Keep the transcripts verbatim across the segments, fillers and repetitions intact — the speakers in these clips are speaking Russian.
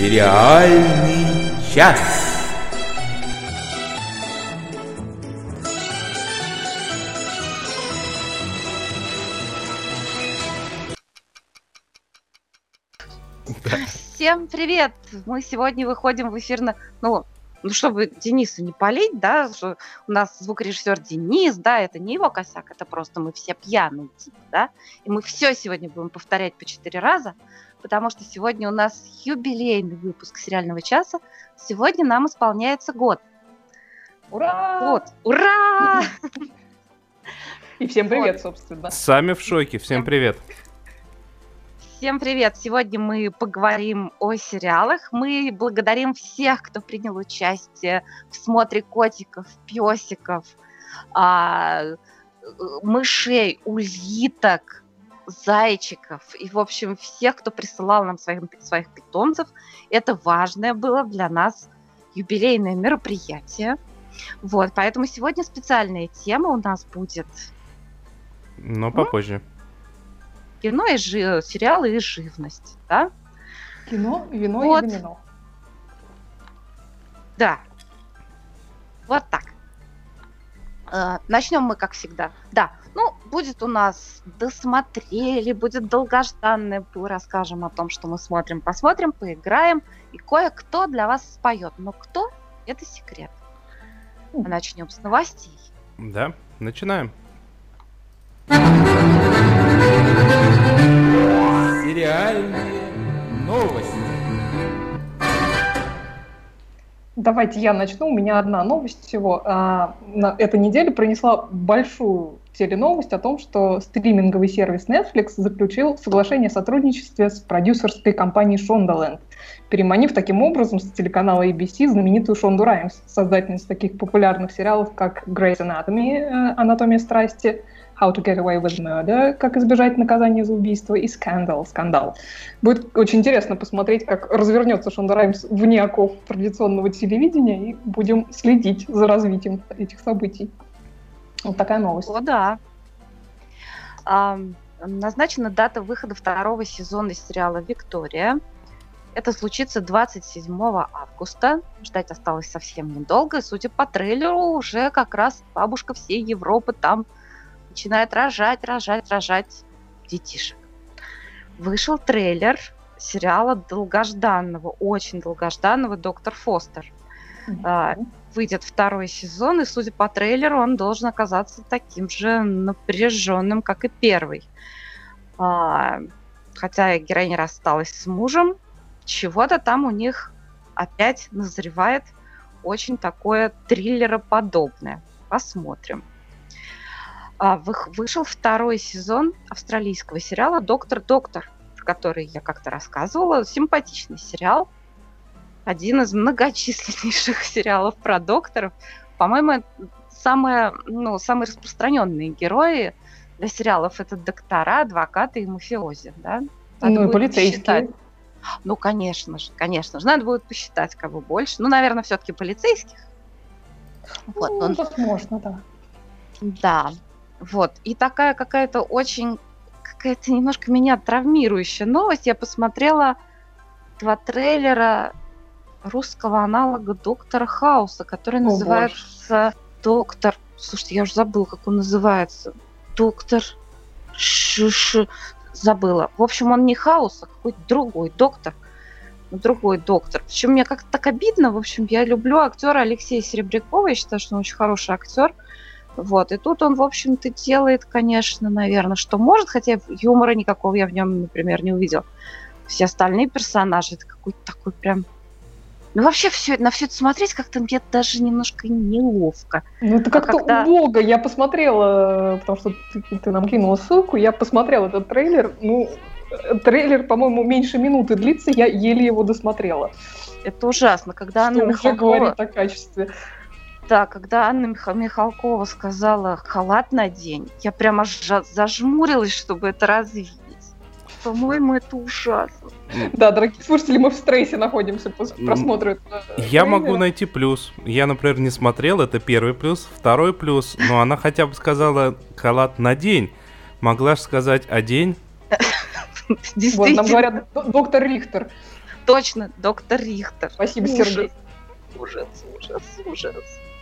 Сериальный час. Всем привет! Мы сегодня выходим в эфир на... Ну, ну чтобы Дениса не палить, да, что у нас звукорежиссер Денис, да, это не его косяк, это просто мы все пьяные, типа, да, и мы все сегодня будем повторять по четыре раза, потому что сегодня у нас юбилейный выпуск сериального часа, сегодня нам исполняется год. Ура! Вот, ура! И всем привет, вот. Собственно. Сами в шоке, всем привет. Всем привет! Сегодня мы поговорим о сериалах. Мы благодарим всех, кто принял участие в смотре котиков, песиков, а, мышей, улиток, зайчиков и, в общем, всех, кто присылал нам своих, своих питомцев. Это важное было для нас юбилейное мероприятие. Вот, поэтому сегодня специальная тема у нас будет... Но попозже. Кино и жи... сериалы и живность, да? Кино, вино вот. и домино. Да. Вот так. Э, начнем мы, как всегда. Да, ну, будет у нас досмотрели, будет долгожданное, расскажем о том, что мы смотрим, посмотрим, поиграем, и кое-кто для вас споет. Но кто? Это секрет. А начнем с новостей. Да, начинаем. Сериальные новости. Давайте я начну. У меня одна новость всего. А, на этой неделе принесла большую теленовость о том, что стриминговый сервис Netflix заключил соглашение о сотрудничестве с продюсерской компанией Shondaland, переманив таким образом с телеканала эй би си знаменитую Шонду Раймс, создательницу таких популярных сериалов, как Grey's Anatomy, Анатомия страсти, How to Get Away with Murder, как избежать наказания за убийство, и Scandal, скандал. Будет очень интересно посмотреть, как развернется Шонда Раймс вне оков традиционного телевидения, и будем следить за развитием этих событий. Вот такая новость. О, да. А, назначена дата выхода второго сезона сериала «Виктория». Это случится двадцать седьмого августа. Ждать осталось совсем недолго. Судя по трейлеру, уже как раз бабушка всей Европы там начинает рожать, рожать, рожать детишек. Вышел трейлер сериала долгожданного, очень долгожданного «Доктор Фостер». Mm-hmm. Выйдет второй сезон, и, судя по трейлеру, он должен оказаться таким же напряженным, как и первый. Хотя героиня рассталась с мужем, чего-то там у них опять назревает очень такое триллероподобное. Посмотрим. Вышел второй сезон австралийского сериала «Доктор-доктор», про который я как-то рассказывала. Симпатичный сериал. Один из многочисленнейших сериалов про докторов. По-моему, самые, ну, самые распространенные герои для сериалов — это доктора, адвокаты и мафиози. Да? Ну и полицейские. Посчитать. Ну, конечно же, конечно же. Надо будет посчитать, кого больше. Ну, наверное, все-таки полицейских. Вот, ну, он... возможно, да. Да. Вот. И такая какая-то очень, какая-то немножко меня травмирующая новость. Я посмотрела два трейлера русского аналога «Доктора Хауса», который О, называется боже. «Доктор». Слушайте, я уже забыла, как он называется. «Доктор...» Ш-ш... Забыла. В общем, он не Хаус, а какой-то другой доктор. Другой доктор. Причем мне как-то так обидно. В общем, я люблю актера Алексея Серебрякова. Я считаю, что он очень хороший актер. Вот. И тут он, в общем-то, делает, конечно, наверное, что может, хотя юмора никакого я в нем, например, не увидела. Все остальные персонажи, это какой-то такой прям... Ну, вообще, все, на все это смотреть как-то мне даже немножко неловко. Ну, это как-то а когда... убого. Я посмотрела, потому что ты, ты нам кинула ссылку, я посмотрела этот трейлер. Ну, трейлер, по-моему, меньше минуты длится, я еле его досмотрела. Это ужасно. Когда что Анна уже Михалкова... говорит о качестве. Да, когда Анна Мих... Михалкова сказала «халат надень», я прямо аж зажмурилась, чтобы это развить. По-моему, это ужасно. Да, дорогие слушатели, мы в стрессе находимся после просмотра этого. Я могу найти плюс. Я, например, не смотрел, это первый плюс. Второй плюс, но она хотя бы сказала «халат надень». Могла же сказать «одень». Вот, нам говорят, доктор Рихтер. Точно, доктор Рихтер. Спасибо, Ужас. Сергей. Ужас, ужас, ужас.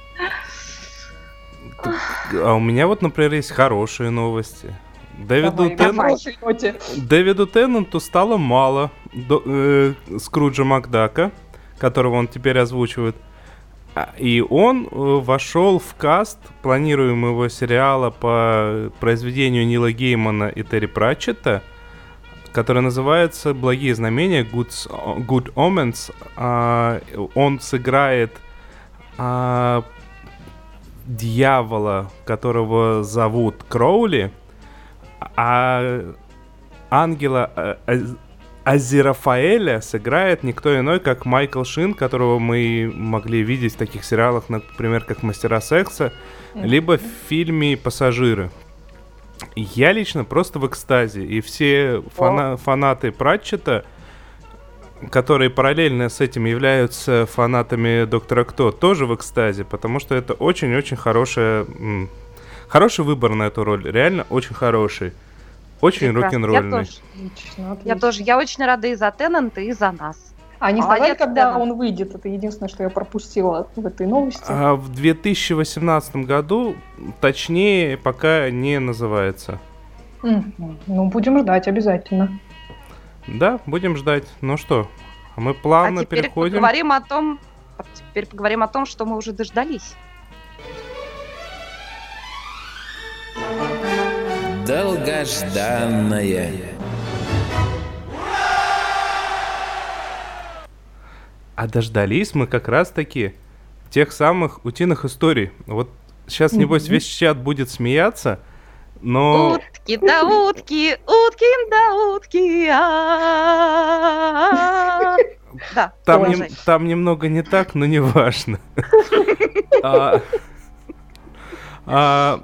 А у меня вот, например, есть хорошие новости. Дэвиду, Давай, Тен- на хорошей ноте. Дэвиду Теннанту стало мало до- э, Скруджа Макдака, которого он теперь озвучивает. А- И он э, вошел в каст планируемого сериала по произведению Нила Геймана и Терри Пратчетта, который называется «Благие знамения», Good, Good Omens. А, он сыграет а, дьявола, которого зовут Кроули, а ангела а, а- Азерафаэля сыграет никто иной, как Майкл Шин, которого мы могли видеть в таких сериалах, например, как «Мастера секса», либо в фильме «Пассажиры». Я лично просто в экстазе, и все фана- фанаты Пратчета, которые параллельно с этим являются фанатами Доктора Кто, тоже в экстазе, потому что это очень-очень хорошая, м, хороший выбор на эту роль, реально очень хороший, очень Прекрасно. рок-н-ролльный. Я тоже, Отлично, я отлично. тоже. Я очень рада и за Теннанта, и за нас. А не Молодец, сказали, когда Теннант. он выйдет? Это единственное, что я пропустила в этой новости. А в две тысячи восемнадцатом году, точнее, пока не называется. Мгм. Ну, будем ждать обязательно. Да, будем ждать. Ну что, а мы плавно а теперь переходим. поговорим о том, а теперь поговорим о том, что мы уже дождались. Долгожданное. А дождались мы как раз-таки тех самых утиных историй. Вот сейчас, небось, Мгм. весь чат будет смеяться, но... Утки да утки, утки да утки. а-а-а. Да, Там, продолжай. нем- там немного не так, но не важно. А, а,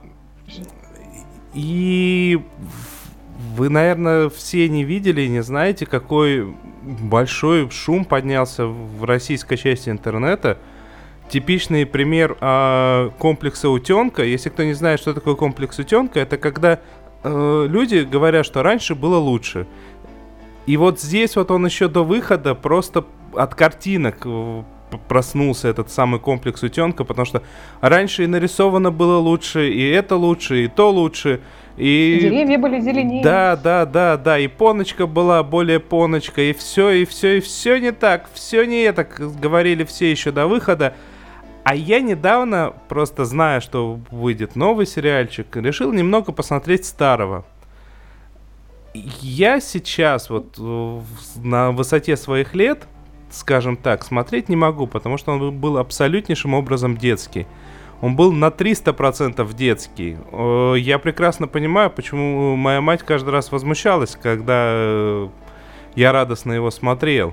И вы, наверное, все не видели и не знаете, какой большой шум поднялся в российской части интернета. Типичный пример а, комплекса утенка. Если кто не знает, что такое комплекс утенка, это когда э, люди говорят, что раньше было лучше. И вот здесь вот он еще до выхода просто от картинок э, п- проснулся этот самый комплекс утенка, потому что раньше и нарисовано было лучше, и это лучше, и то лучше, и... Деревья были зеленее. Да, да, да, да, и поночка была более поночка, и все, и все, и все не так, все не это, как говорили все еще до выхода. А я недавно, просто зная, что выйдет новый сериальчик, решил немного посмотреть старого. Я сейчас вот э, в- на высоте своих лет, скажем так, смотреть не могу, потому что он был абсолютнейшим образом детский. Он был на триста процентов детский. Э, Я прекрасно понимаю, почему моя мать каждый раз возмущалась, когда э, я радостно его смотрел.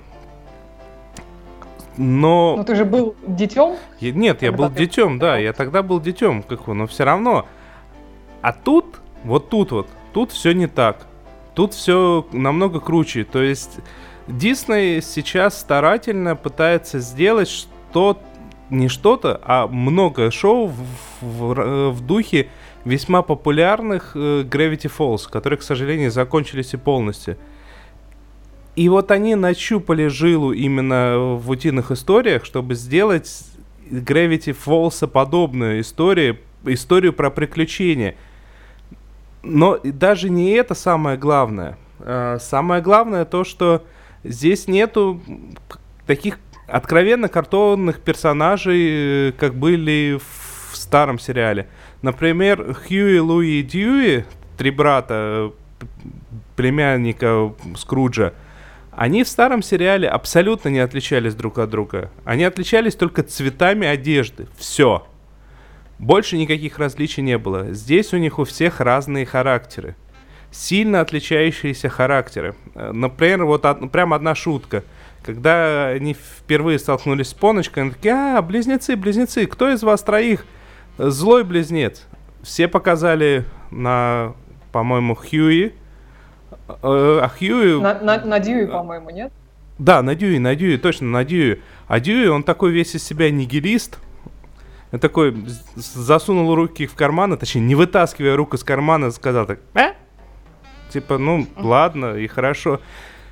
Но... Но ты же был детем. Я- Нет, я Когда был ты детем, да, смотрел. я тогда был детем, как он, но все равно. А тут, вот тут вот, тут все не так. Тут все намного круче. То есть Дисней сейчас старательно пытается сделать что не что-то, а много шоу в, в- в духе весьма популярных э, Gravity Falls, которые, к сожалению, закончились и полностью. И вот они нащупали жилу именно в утиных историях, чтобы сделать Gravity Falls подобную историю, историю про приключения. Но и даже не это самое главное. А, Самое главное то, что здесь нету к- таких откровенно картонных персонажей, э, как были в старом сериале. Например, Хьюи, Луи и Дьюи, три брата, э, п- племянника Скруджа, они в старом сериале абсолютно не отличались друг от друга. Они отличались только цветами одежды. Все. Больше никаких различий не было. Здесь у них у всех разные характеры. Сильно отличающиеся характеры. Э, Например, вот од- прям одна шутка. Когда они впервые столкнулись с Поночкой, они такие: а, близнецы, близнецы, кто из вас троих злой близнец? Все показали на, по-моему, Хьюи. Э, А Хьюи... На, на, на Дьюи, по-моему, нет? Да, на Дьюи, на Дьюи, точно, на Дьюи. А Дьюи, он такой весь из себя нигилист. Он такой с- засунул руки в карманы, точнее, не вытаскивая рук из кармана, сказал так: «Э?» Типа, ну, ладно, и хорошо.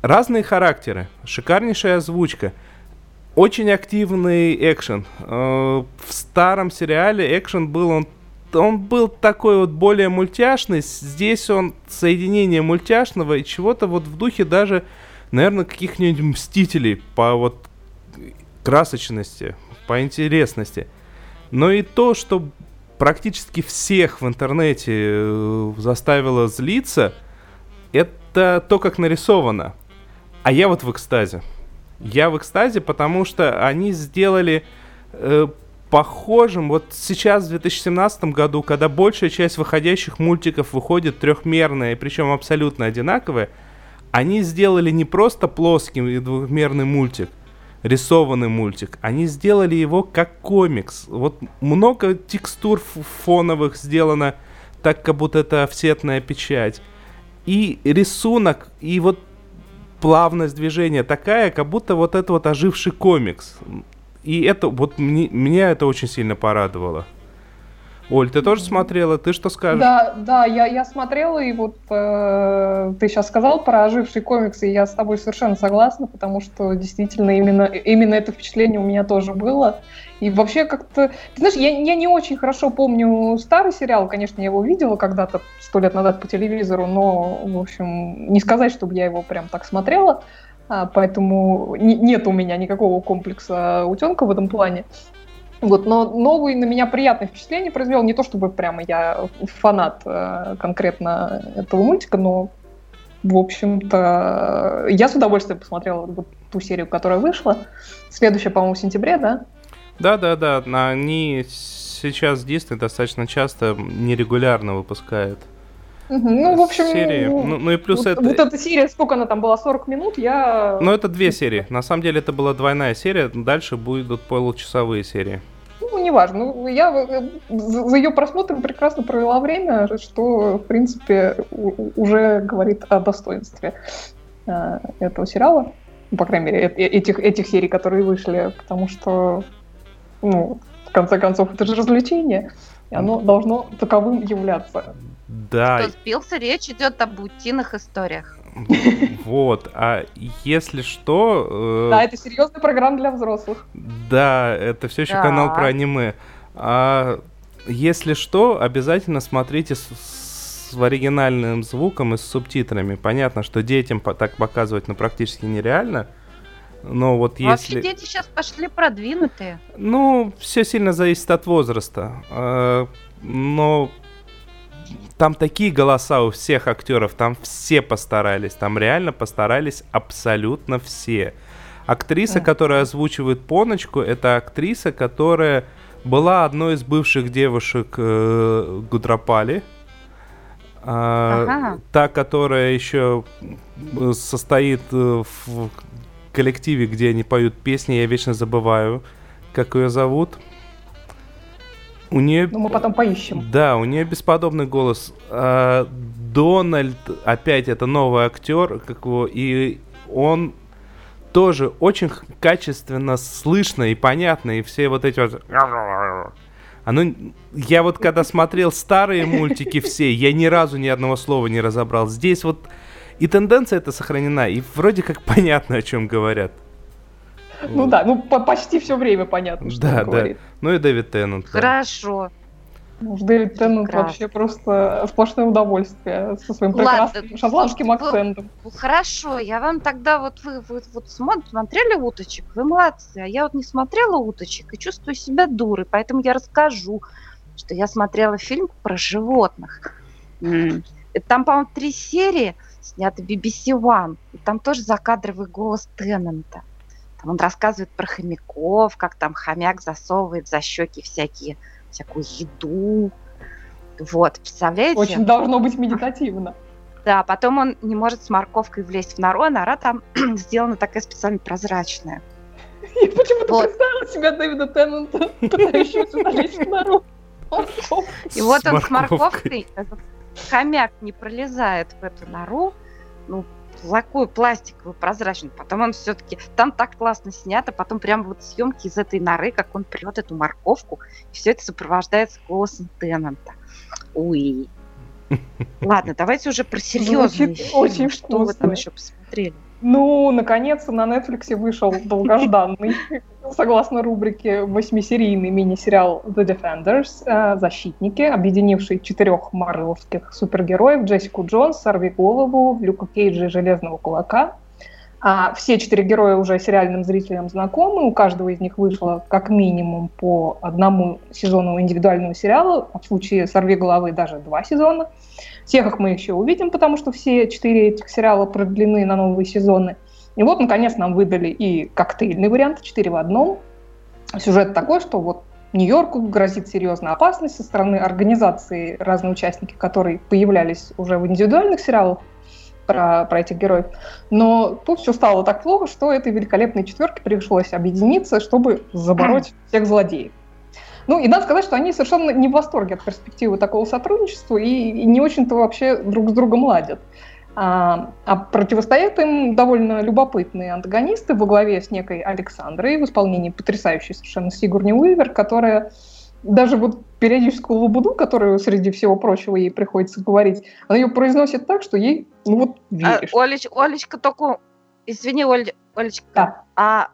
разные характеры, шикарнейшая озвучка, очень активный экшен. В старом сериале экшен был, он, он был такой вот более мультяшный. Здесь он соединение мультяшного и чего-то вот в духе даже, наверное, каких-нибудь Мстителей по вот красочности, по интересности. Но и то, что практически всех в интернете заставило злиться, это то, как нарисовано. А я вот в экстазе. Я в экстазе, потому что они сделали э, похожим. Вот сейчас, в две тысячи семнадцатом году, когда большая часть выходящих мультиков выходит трехмерная, и причем абсолютно одинаковая, они сделали не просто плоский и двухмерный мультик, рисованный мультик, они сделали его как комикс. Вот много текстур фоновых сделано так, как будто это офсетная печать. И рисунок, и вот плавность движения такая, как будто вот это вот оживший комикс. И это вот мне, меня это очень сильно порадовало. Оль, ты тоже смотрела? Ты что скажешь? Да, да, я, я смотрела, и вот э, ты сейчас сказал про ожившие комиксы, и я с тобой совершенно согласна, потому что действительно именно, именно это впечатление у меня тоже было. И вообще как-то... Ты знаешь, я, я не очень хорошо помню старый сериал, конечно, я его видела когда-то сто лет назад по телевизору, но, в общем, не сказать, чтобы я его прям так смотрела, а, поэтому не, нет у меня никакого комплекса утенка в этом плане. Вот, но новый на меня приятное впечатление произвел. Не то чтобы прямо я фанат э, конкретно этого мультика, но, в общем-то, я с удовольствием посмотрела вот ту серию, которая вышла. Следующая, по-моему, в сентябре, да? Да-да-да, они сейчас Disney достаточно часто нерегулярно выпускают. Угу, ну, в общем, серии. Ну, ну и плюс вот, это... вот эта серия, сколько она там была, сорок минут, я... Ну, это две серии. На самом деле, это была двойная серия, дальше будут получасовые серии. Ну, неважно. Ну, я за ее просмотром прекрасно провела время, что, в принципе, уже говорит о достоинстве этого сериала. По крайней мере, этих, этих серий, которые вышли, потому что, ну, в конце концов, это же развлечение, и оно должно таковым являться. Да. Кто сбился, речь идет об утиных историях. Вот, а если что... Э... Да, это серьезная программа для взрослых. Да, это все еще да. канал про аниме. А если что, обязательно смотрите с, с оригинальным звуком и с субтитрами. Понятно, что детям так показывать ну, практически нереально. Но вот если... Вообще дети сейчас пошли продвинутые. Ну, все сильно зависит от возраста. А, но... Там такие голоса у всех актеров, там все постарались, там реально постарались абсолютно все. Актриса, которая озвучивает Поночку, это актриса, которая была одной из бывших девушек э, Гудрапали. Э, ага. Та, которая еще состоит в коллективе, где они поют песни, я вечно забываю, как ее зовут. У нее... Ну, мы потом поищем. Да, у нее бесподобный голос. А, Дональд, опять, это новый актер, как его, и он тоже очень качественно слышно и понятно, и все вот эти вот... Оно... Я вот когда смотрел старые мультики все, я ни разу ни одного слова не разобрал. Здесь вот и тенденция эта сохранена, и вроде как понятно, о чем говорят. Ну да, ну по- почти все время понятно, что да, он говорит. Да. Ну и Дэвид Теннант. Хорошо. Ну, Дэвид Теннант вообще просто сплошное удовольствие со своим прекрасным Ладно, шотландским вы, акцентом. Вы, хорошо, я вам тогда вот вы, вы вот смотрели «Уточек», вы молодцы, а я вот не смотрела «Уточек» и чувствую себя дурой, поэтому я расскажу, что я смотрела фильм про животных. Там, по-моему, три серии сняты би би си One, и там тоже закадровый голос Теннанта. Он рассказывает про хомяков, как там хомяк засовывает за щеки всякие, всякую еду. Вот, представляете? Очень должно быть медитативно. Да, потом он не может с морковкой влезть в нору, а нора там сделана такая специально прозрачная. Я почему-то вот. представила себя Дэвида Теннанта, пытающегося залезть в нору. И вот он с морковкой, этот хомяк не пролезает в эту нору, ну, такую пластиковую, прозрачную. Потом он все-таки... Там так классно снято, потом прям вот съемки из этой норы, как он прет эту морковку, и все это сопровождается голосом Теннанта. Уи. Ладно, давайте уже про серьезные фильмы. Очень что вы там еще посмотрели? Ну, наконец-то на Netflix вышел долгожданный, согласно рубрике, восьмисерийный мини-сериал The Defenders, «Защитники», объединивший четырех марвеловских супергероев: Джессику Джонс, Сорвиголову, Люка Кейджа и Железного Кулака. А все четыре героя уже сериальным зрителям знакомы, у каждого из них вышло как минимум по одному сезону индивидуального сериала, а в случае «Сорвиголовы» даже два сезона. Всех их мы еще увидим, потому что все четыре этих сериала продлены на новые сезоны. И вот, наконец, нам выдали и коктейльный вариант, четыре в одном. Сюжет такой, что вот Нью-Йорку грозит серьезная опасность со стороны организации, разные участники, которые появлялись уже в индивидуальных сериалах про, про этих героев. Но тут все стало так плохо, что этой великолепной четверке пришлось объединиться, чтобы забороть всех злодеев. Ну, и надо сказать, что они совершенно не в восторге от перспективы такого сотрудничества и, и не очень-то вообще друг с другом ладят. А, а противостоят им довольно любопытные антагонисты во главе с некой Александрой в исполнении потрясающей совершенно Сигурни Уивер, которая даже вот периодическую лабуду, которую среди всего прочего ей приходится говорить, она ее произносит так, что ей, ну вот, веришь. А, Олеч, Олечка, только... Извини, Оль, Олечка. Да. А...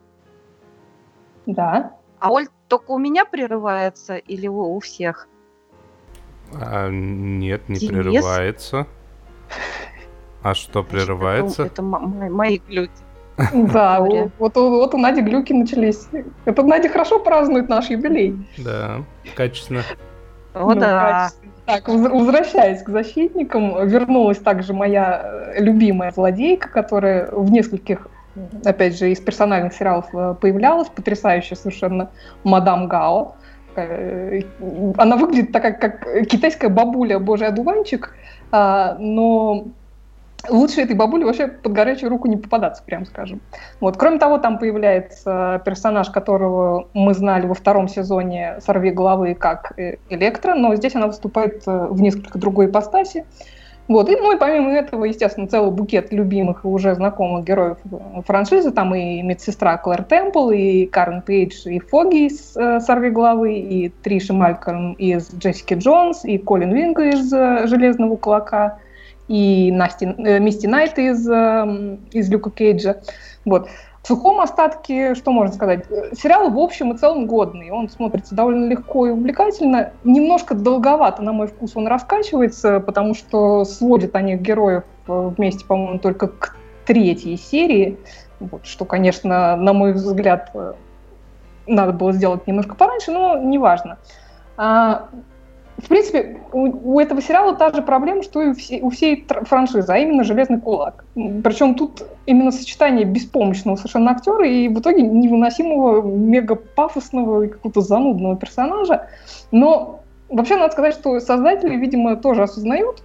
Да. А Оль только у меня прерывается или у, у всех? А, нет, не Денис? Прерывается. А что прерывается? Это, это м- мои глюки. Да, вот, вот, вот у Нади глюки начались. Это Надя хорошо празднует наш юбилей. Да, качественно. О, Ну, да. качественно. Так, возвращаясь к «Защитникам», вернулась также моя любимая злодейка, которая в нескольких, опять же, из персональных сериалов появлялась, потрясающая совершенно мадам Гао. Она выглядит такая, как китайская бабуля, божий одуванчик, но лучше этой бабуле вообще под горячую руку не попадаться, прям скажем. Вот. Кроме того, там появляется персонаж, которого мы знали во втором сезоне «Сорвиголовы» как Электро, но здесь она выступает в несколько другой ипостаси. Вот. И, ну и помимо этого, естественно, целый букет любимых и уже знакомых героев франшизы. Там и медсестра Клэр Темпл, и Карен Пейдж, и Фоги из «Сорвиголовы», и Триша Малькольм из «Джессики Джонс», и Колин Винг из «Железного Кулака», и Насти, э, Мисти Найт из, э, из Люка Кейджа. Вот. В сухом остатке, что можно сказать? Сериал в общем и целом годный. Он смотрится довольно легко и увлекательно. Немножко долговато, на мой вкус, он раскачивается, потому что сводят они героев вместе, по-моему, только к третьей серии. Вот, что, конечно, на мой взгляд, надо было сделать немножко пораньше, но неважно. А, В принципе, у, у этого сериала та же проблема, что и у всей, у всей франшизы, а именно «Железный кулак». Причем тут именно сочетание беспомощного совершенно актера и в итоге невыносимого, мега-пафосного и какого-то занудного персонажа. Но вообще надо сказать, что создатели, видимо, тоже осознают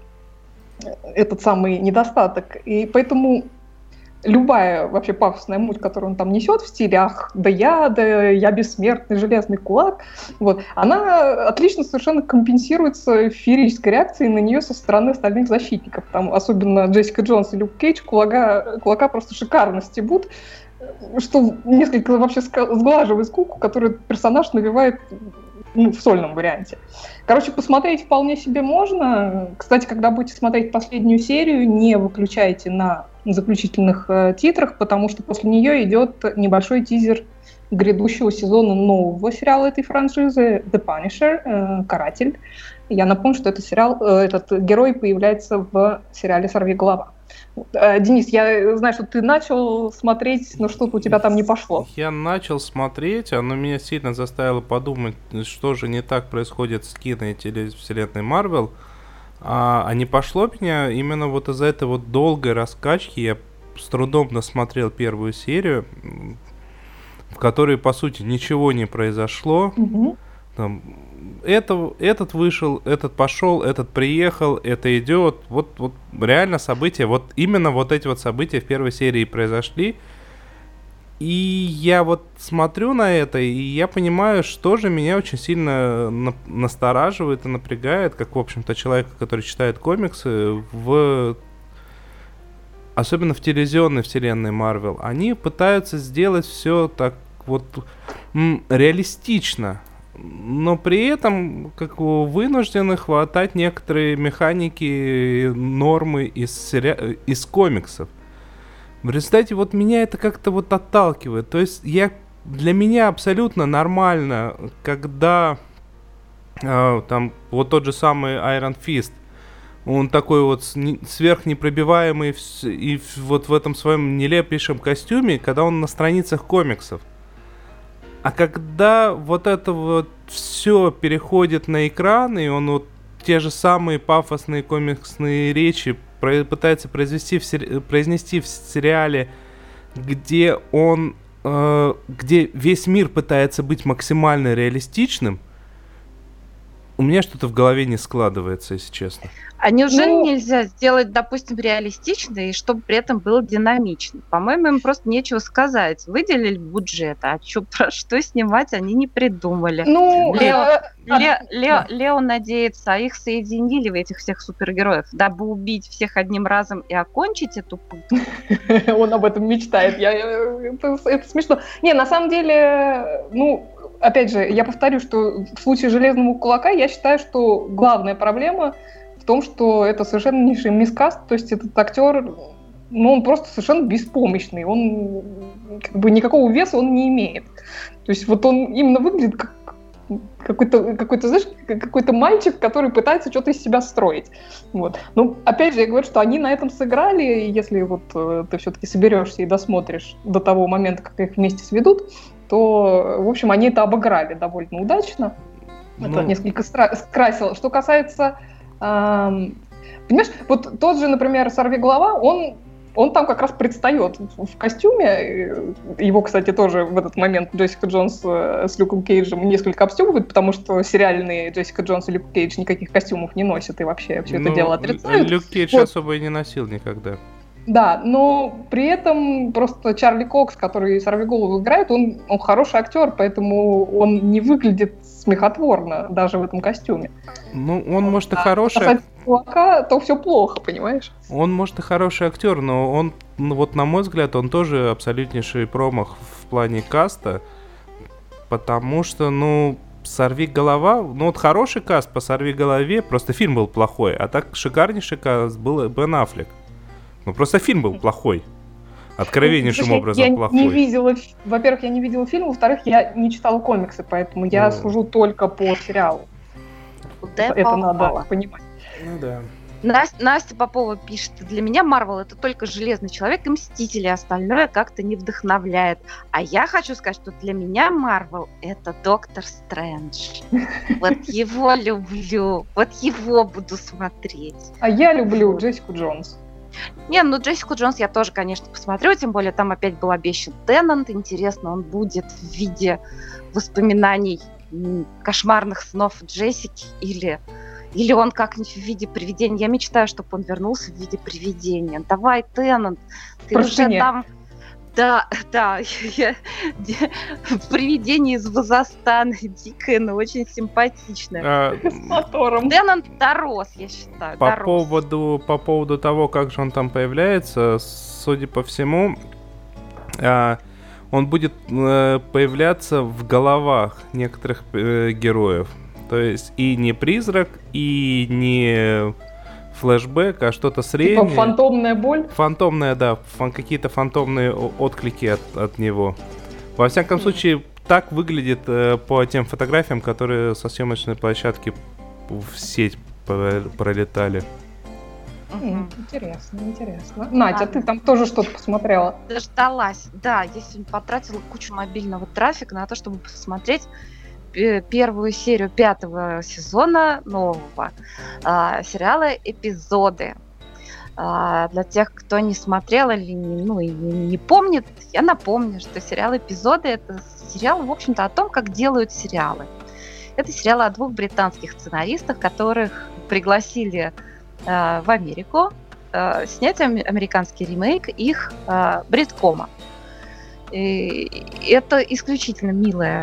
этот самый недостаток, и поэтому любая вообще пафосная муть, которую он там несет в стиле «ах, да я, да я бессмертный железный кулак», вот, она отлично совершенно компенсируется феерической реакцией на нее со стороны остальных защитников. Там, особенно Джессика Джонс и Люк Кейдж кулака, кулака просто шикарно стебут, что несколько вообще сглаживает скуку, которую персонаж навевает, ну, в сольном варианте. Короче, посмотреть вполне себе можно. Кстати, когда будете смотреть последнюю серию, не выключайте на заключительных э, титрах, потому что после нее идет небольшой тизер грядущего сезона нового сериала этой франшизы The Punisher, э, «Каратель». Я напомню, что этот сериал, э, этот герой появляется в сериале «Сорвиголова». Э, Денис, я знаю, что ты начал смотреть, но что-то у тебя там не пошло. Я начал смотреть, оно меня сильно заставило подумать, что же не так происходит с кино и телевселенной Марвел. А, а не пошло меня именно вот из-за этой вот долгой раскачки. Я с трудом досмотрел первую серию, в которой, по сути, ничего не произошло. Угу. Там, это, этот вышел, этот пошел, этот приехал, это идет. Вот, вот реально события, вот именно вот эти вот события в первой серии произошли. И я вот смотрю на это, и я понимаю, что же меня очень сильно на- настораживает и напрягает, как, в общем-то, человек, который читает комиксы, в... особенно в телевизионной вселенной Марвел. Они пытаются сделать все так вот м- реалистично, но при этом как вынуждены хватать некоторые механики, нормы из, сери... из комиксов. В результате вот меня это как-то вот отталкивает. То есть я, для меня абсолютно нормально, когда э, там вот тот же самый Iron Fist, он такой вот сверхнепробиваемый и вот в этом своем нелепейшем костюме, когда он на страницах комиксов. А когда вот это вот все переходит на экран, и он вот те же самые пафосные комиксные речи про- пытается произвести в сери- произнести в сериале, где он, э, где весь мир пытается быть максимально реалистичным, у меня что-то в голове не складывается, если честно. А неужели Ну- нельзя сделать, допустим, реалистично, и чтобы при этом было динамично? По-моему, им просто нечего сказать. Выделили бюджет, а чё, про что снимать они не придумали. Ну, Лео, э, Ле- от- Лео, Лео надеется, а их соединили, в этих всех супергероев, дабы убить всех одним разом и окончить эту пытку. Он об этом мечтает. Я, я- это, это смешно. Не, на самом деле, ну, опять же, я повторю, что в случае «Железного кулака» я считаю, что главная проблема в том, что это совершеннейший мискаст, то есть этот актер, ну, он просто совершенно беспомощный, он как бы никакого веса он не имеет. То есть вот он именно выглядит как какой-то, какой-то, знаешь, какой-то мальчик, который пытается что-то из себя строить. Вот. Ну, опять же, я говорю, что они на этом сыграли, и если вот э, ты все-таки соберешься и досмотришь до того момента, как их вместе сведут, то, в общем, они это обыграли довольно удачно. Это Ну. несколько стра- скрасило. Что касается... эм, понимаешь, вот тот же, например, «Сорвиголова», он Он там как раз предстает в костюме. Его, кстати, тоже в этот момент Джессика Джонс с Люком Кейджем несколько обстебывают, потому что сериальные Джессика Джонс и Люк Кейдж никаких костюмов не носят и вообще все это Ну, дело отрицают. Люк Кейдж Вот. особо и не носил никогда. Да, но при этом просто Чарли Кокс, который Сорвиголову играет, он, он хороший актер, поэтому он не выглядит смехотворно даже в этом костюме. Ну, он, может, и А хороший... касательно кулака, то все плохо, понимаешь? Он, может, и хороший актер, но он, ну, вот на мой взгляд, он тоже абсолютнейший промах в плане каста, потому что, ну, «Сорвиголова», ну, вот хороший каст по «Сорвиголове», просто фильм был плохой, а так шикарнейший каст был Бен Аффлек. Ну, просто фильм был плохой. Откровеннейшим Слушай, образом я плохой. не видела, во-первых, я не видела фильм, во-вторых, я не читала комиксы, поэтому я Ну. сужу только по сериалу. Куда я Это надо попала? понимать. Ну да. Настя, Настя Попова пишет: для меня Марвел это только Железный человек и Мстители, остальное как-то не вдохновляет. А я хочу сказать, что для меня Марвел это Доктор Стрэндж. Вот его люблю, вот его буду смотреть. А я люблю Джессику Джонс. Не, ну Джессику Джонс я тоже, конечно, посмотрю, тем более там опять был обещан Теннант. Интересно, он будет в виде воспоминаний м, кошмарных снов Джессики или... Или он как-нибудь в виде привидения. Я мечтаю, чтобы он вернулся в виде привидения. Давай, Теннант, ты Просто уже нет. там... Да, да, я... привидение из Вазастана, дикое, но очень симпатичное. А, С мотором. Теннант дорос, я считаю, По дорос. поводу, по поводу того, как же он там появляется, судя по всему, а, он будет э, появляться в головах некоторых э, героев. То есть и не призрак, и не флешбэк, а что-то среднее. Типа фантомная боль. Фантомная, да, фан- какие-то фантомные о- отклики от, от него. Во всяком случае, так выглядит э, по тем фотографиям, которые со съемочной площадки в сеть про- пролетали. М, Интересно, интересно. Надя, ты там тоже что-то посмотрела? Дождалась. Да, я сегодня потратила кучу мобильного трафика на то, чтобы посмотреть пе- первую серию пятого сезона нового а, сериала «Эпизоды». А, для тех, кто не смотрел или не, ну, и не, не помнит, я напомню, что сериал «Эпизоды» — это сериал, в общем-то, о том, как делают сериалы. Это сериал о двух британских сценаристах, которых пригласили э, в Америку э, снять ам- американский ремейк их э, бриткома. И это исключительно милая,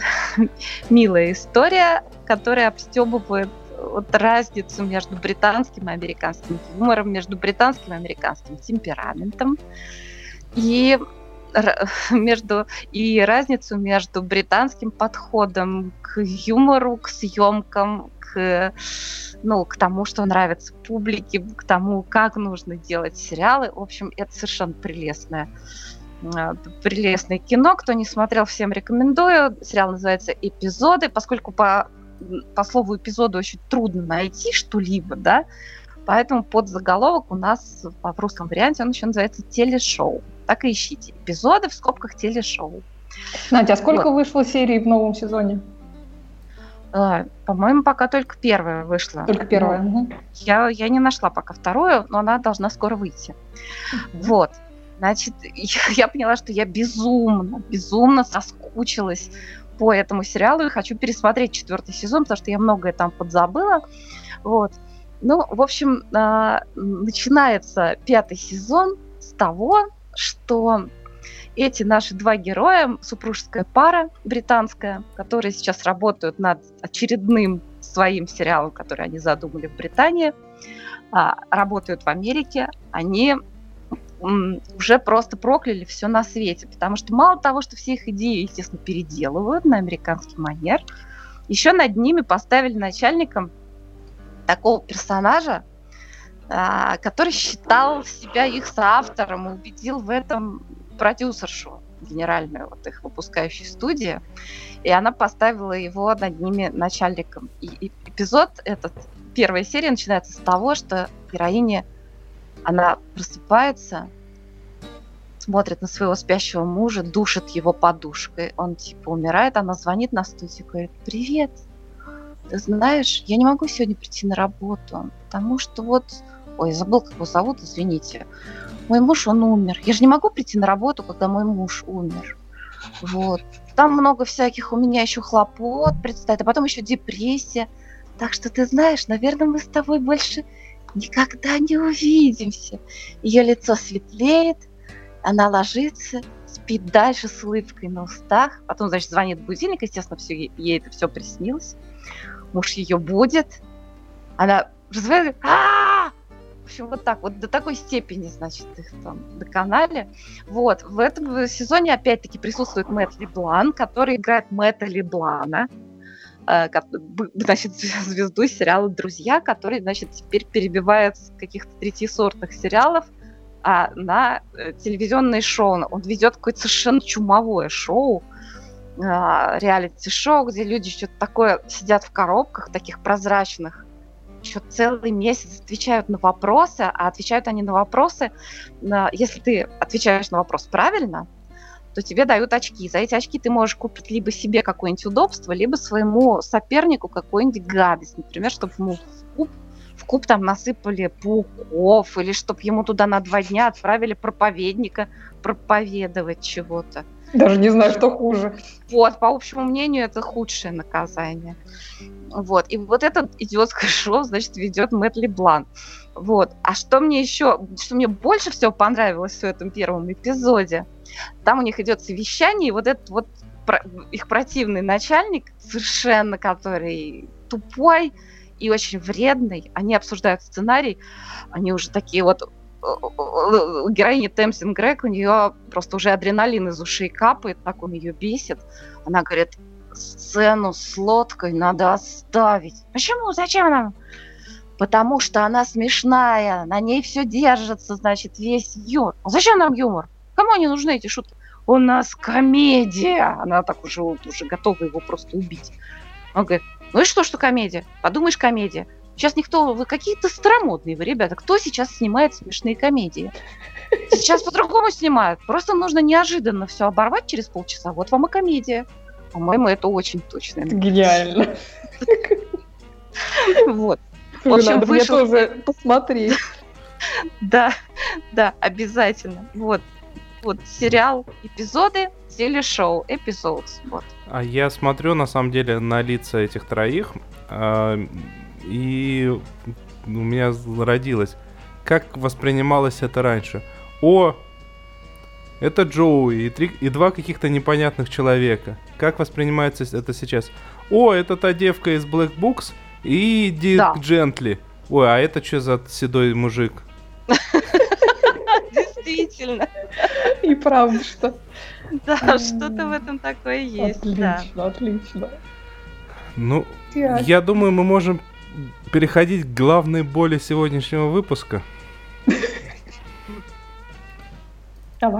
милая история, которая обстебывает вот разницу между британским и американским юмором, между британским и американским темпераментом. И между и разницу между британским подходом к юмору, к съемкам, к, ну, к тому, что нравится публике, к тому, как нужно делать сериалы. В общем, это совершенно прелестное, прелестное кино. Кто не смотрел, всем рекомендую. Сериал называется «Эпизоды», поскольку по, по слову «эпизоды» очень трудно найти что-либо, да, поэтому подзаголовок у нас в русском варианте, он еще называется «Телешоу». Так и ищите. «Эпизоды» в скобках «Телешоу». Надя, а сколько вот. вышло серий в новом сезоне? А, по-моему, пока только первая вышла. Только первая. Ну, угу. я, я не нашла пока вторую, но она должна скоро выйти. Угу. Вот. Значит, я, я поняла, что я безумно, безумно соскучилась по этому сериалу и хочу пересмотреть четвертый сезон, потому что я многое там подзабыла. Вот. Ну, в общем, э, начинается пятый сезон с того, что эти наши два героя, супружеская пара британская, которые сейчас работают над очередным своим сериалом, который они задумали в Британии, э, работают в Америке, они м, уже просто прокляли все на свете, потому что мало того, что все их идеи, естественно, переделывают на американский манер, еще над ними поставили начальником такого персонажа, а, который считал себя их соавтором и убедил в этом продюсершу генеральную вот их выпускающей студии, и она поставила его над ними начальником. И, и эпизод этот, первая серия начинается с того, что героиня, она просыпается, смотрит на своего спящего мужа, душит его подушкой, он типа умирает, она звонит на студию и говорит: «Привет, ты знаешь, я не могу сегодня прийти на работу, потому что вот... Ой, забыл, как его зовут, извините. Мой муж, он умер. Я же не могу прийти на работу, когда мой муж умер. Вот. Там много всяких у меня еще хлопот предстоит, а потом еще депрессия. Так что, ты знаешь, наверное, мы с тобой больше никогда не увидимся». Ее лицо светлеет, она ложится, спит дальше с улыбкой на устах. Потом, значит, звонит будильник, естественно, все, ей это все приснилось. Муж ее будет, она разговаривает, а В общем, вот так вот, до такой степени, значит, их там доконали. Вот, в этом сезоне опять-таки присутствует Мэтт Леблан, который играет Мэтта Леблана, значит, звезду сериала «Друзья», который, значит, теперь перебивает с каких-то третьесортных сериалов а на телевизионные шоу. Он ведет какое-то совершенно чумовое шоу, реалити-шоу, где люди что-то такое сидят в коробках таких прозрачных, еще целый месяц отвечают на вопросы, а отвечают они на вопросы, если ты отвечаешь на вопрос правильно, то тебе дают очки. За эти очки ты можешь купить либо себе какое-нибудь удобство, либо своему сопернику какую-нибудь гадость. Например, чтобы ему в куб, в куб там насыпали пауков, или чтобы ему туда на два дня отправили проповедника проповедовать чего-то. Даже не знаю, что хуже. Вот, по общему мнению, это худшее наказание. Вот. И вот это идиотское шоу, значит, ведет Мэтт Леблан. Вот. А что мне еще, что мне больше всего понравилось в этом первом эпизоде, там у них идет совещание, и вот этот вот про, их противный начальник, совершенно который тупой и очень вредный, они обсуждают сценарий, они уже такие вот, героиня Тэмсин Грег, у нее просто уже адреналин из ушей капает, так он ее бесит. Она говорит: сцену с лодкой надо оставить. Почему? Зачем нам? Потому что она смешная, на ней все держится, значит, весь юмор. А зачем нам юмор? Кому они нужны, эти шутки? У нас комедия. Она так уже, уже готова его просто убить. Он говорит: ну и что, что комедия? Подумаешь, комедия. Сейчас никто... Вы какие-то старомодные вы, ребята. Кто сейчас снимает смешные комедии? Сейчас по-другому снимают. Просто нужно неожиданно все оборвать через полчаса. Вот вам и комедия. По-моему, это очень точно. Гениально. Вот. В общем, вышел... Мне тоже посмотреть. Да, да, обязательно. Вот. Вот сериал «Эпизоды», телешоу «Episodes». Вот. А я смотрю, на самом деле, на лица этих троих, э, и у меня родилось, как воспринималось это раньше. О, это Джоуи и, три, и два каких-то непонятных человека. Как воспринимается это сейчас? О, это та девка из Black Books и Дик да. Джентли. Ой, а это что за седой мужик? Действительно. И правда, что... Да, что-то в этом такое есть, да. Отлично, отлично. Ну, Я- я думаю, мы можем переходить к главной боли сегодняшнего выпуска. Давай.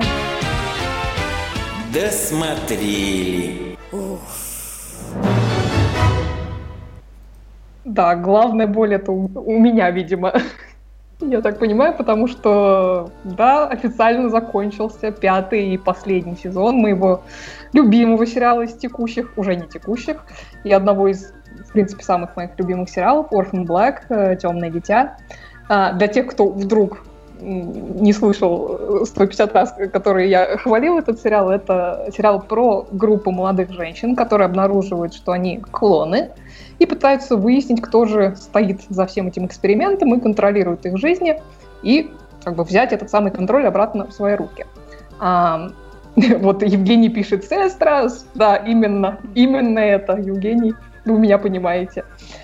Досмотрели. Да, главная боль это у, у меня, видимо. Я так понимаю, потому что, да, официально закончился пятый и последний сезон моего любимого сериала из текущих, уже не текущих, и одного из, в принципе, самых моих любимых сериалов Orphan Black, «Темное дитя». А, для тех, кто вдруг не слышал сто пятьдесят раз, который я хвалил этот сериал, это сериал про группу молодых женщин, которые обнаруживают, что они клоны, и пытаются выяснить, кто же стоит за всем этим экспериментом и контролирует их жизни, и как бы взять этот самый контроль обратно в свои руки. А, вот Евгений пишет «Сестрас», да, именно, именно это, Евгений, вы меня понимаете.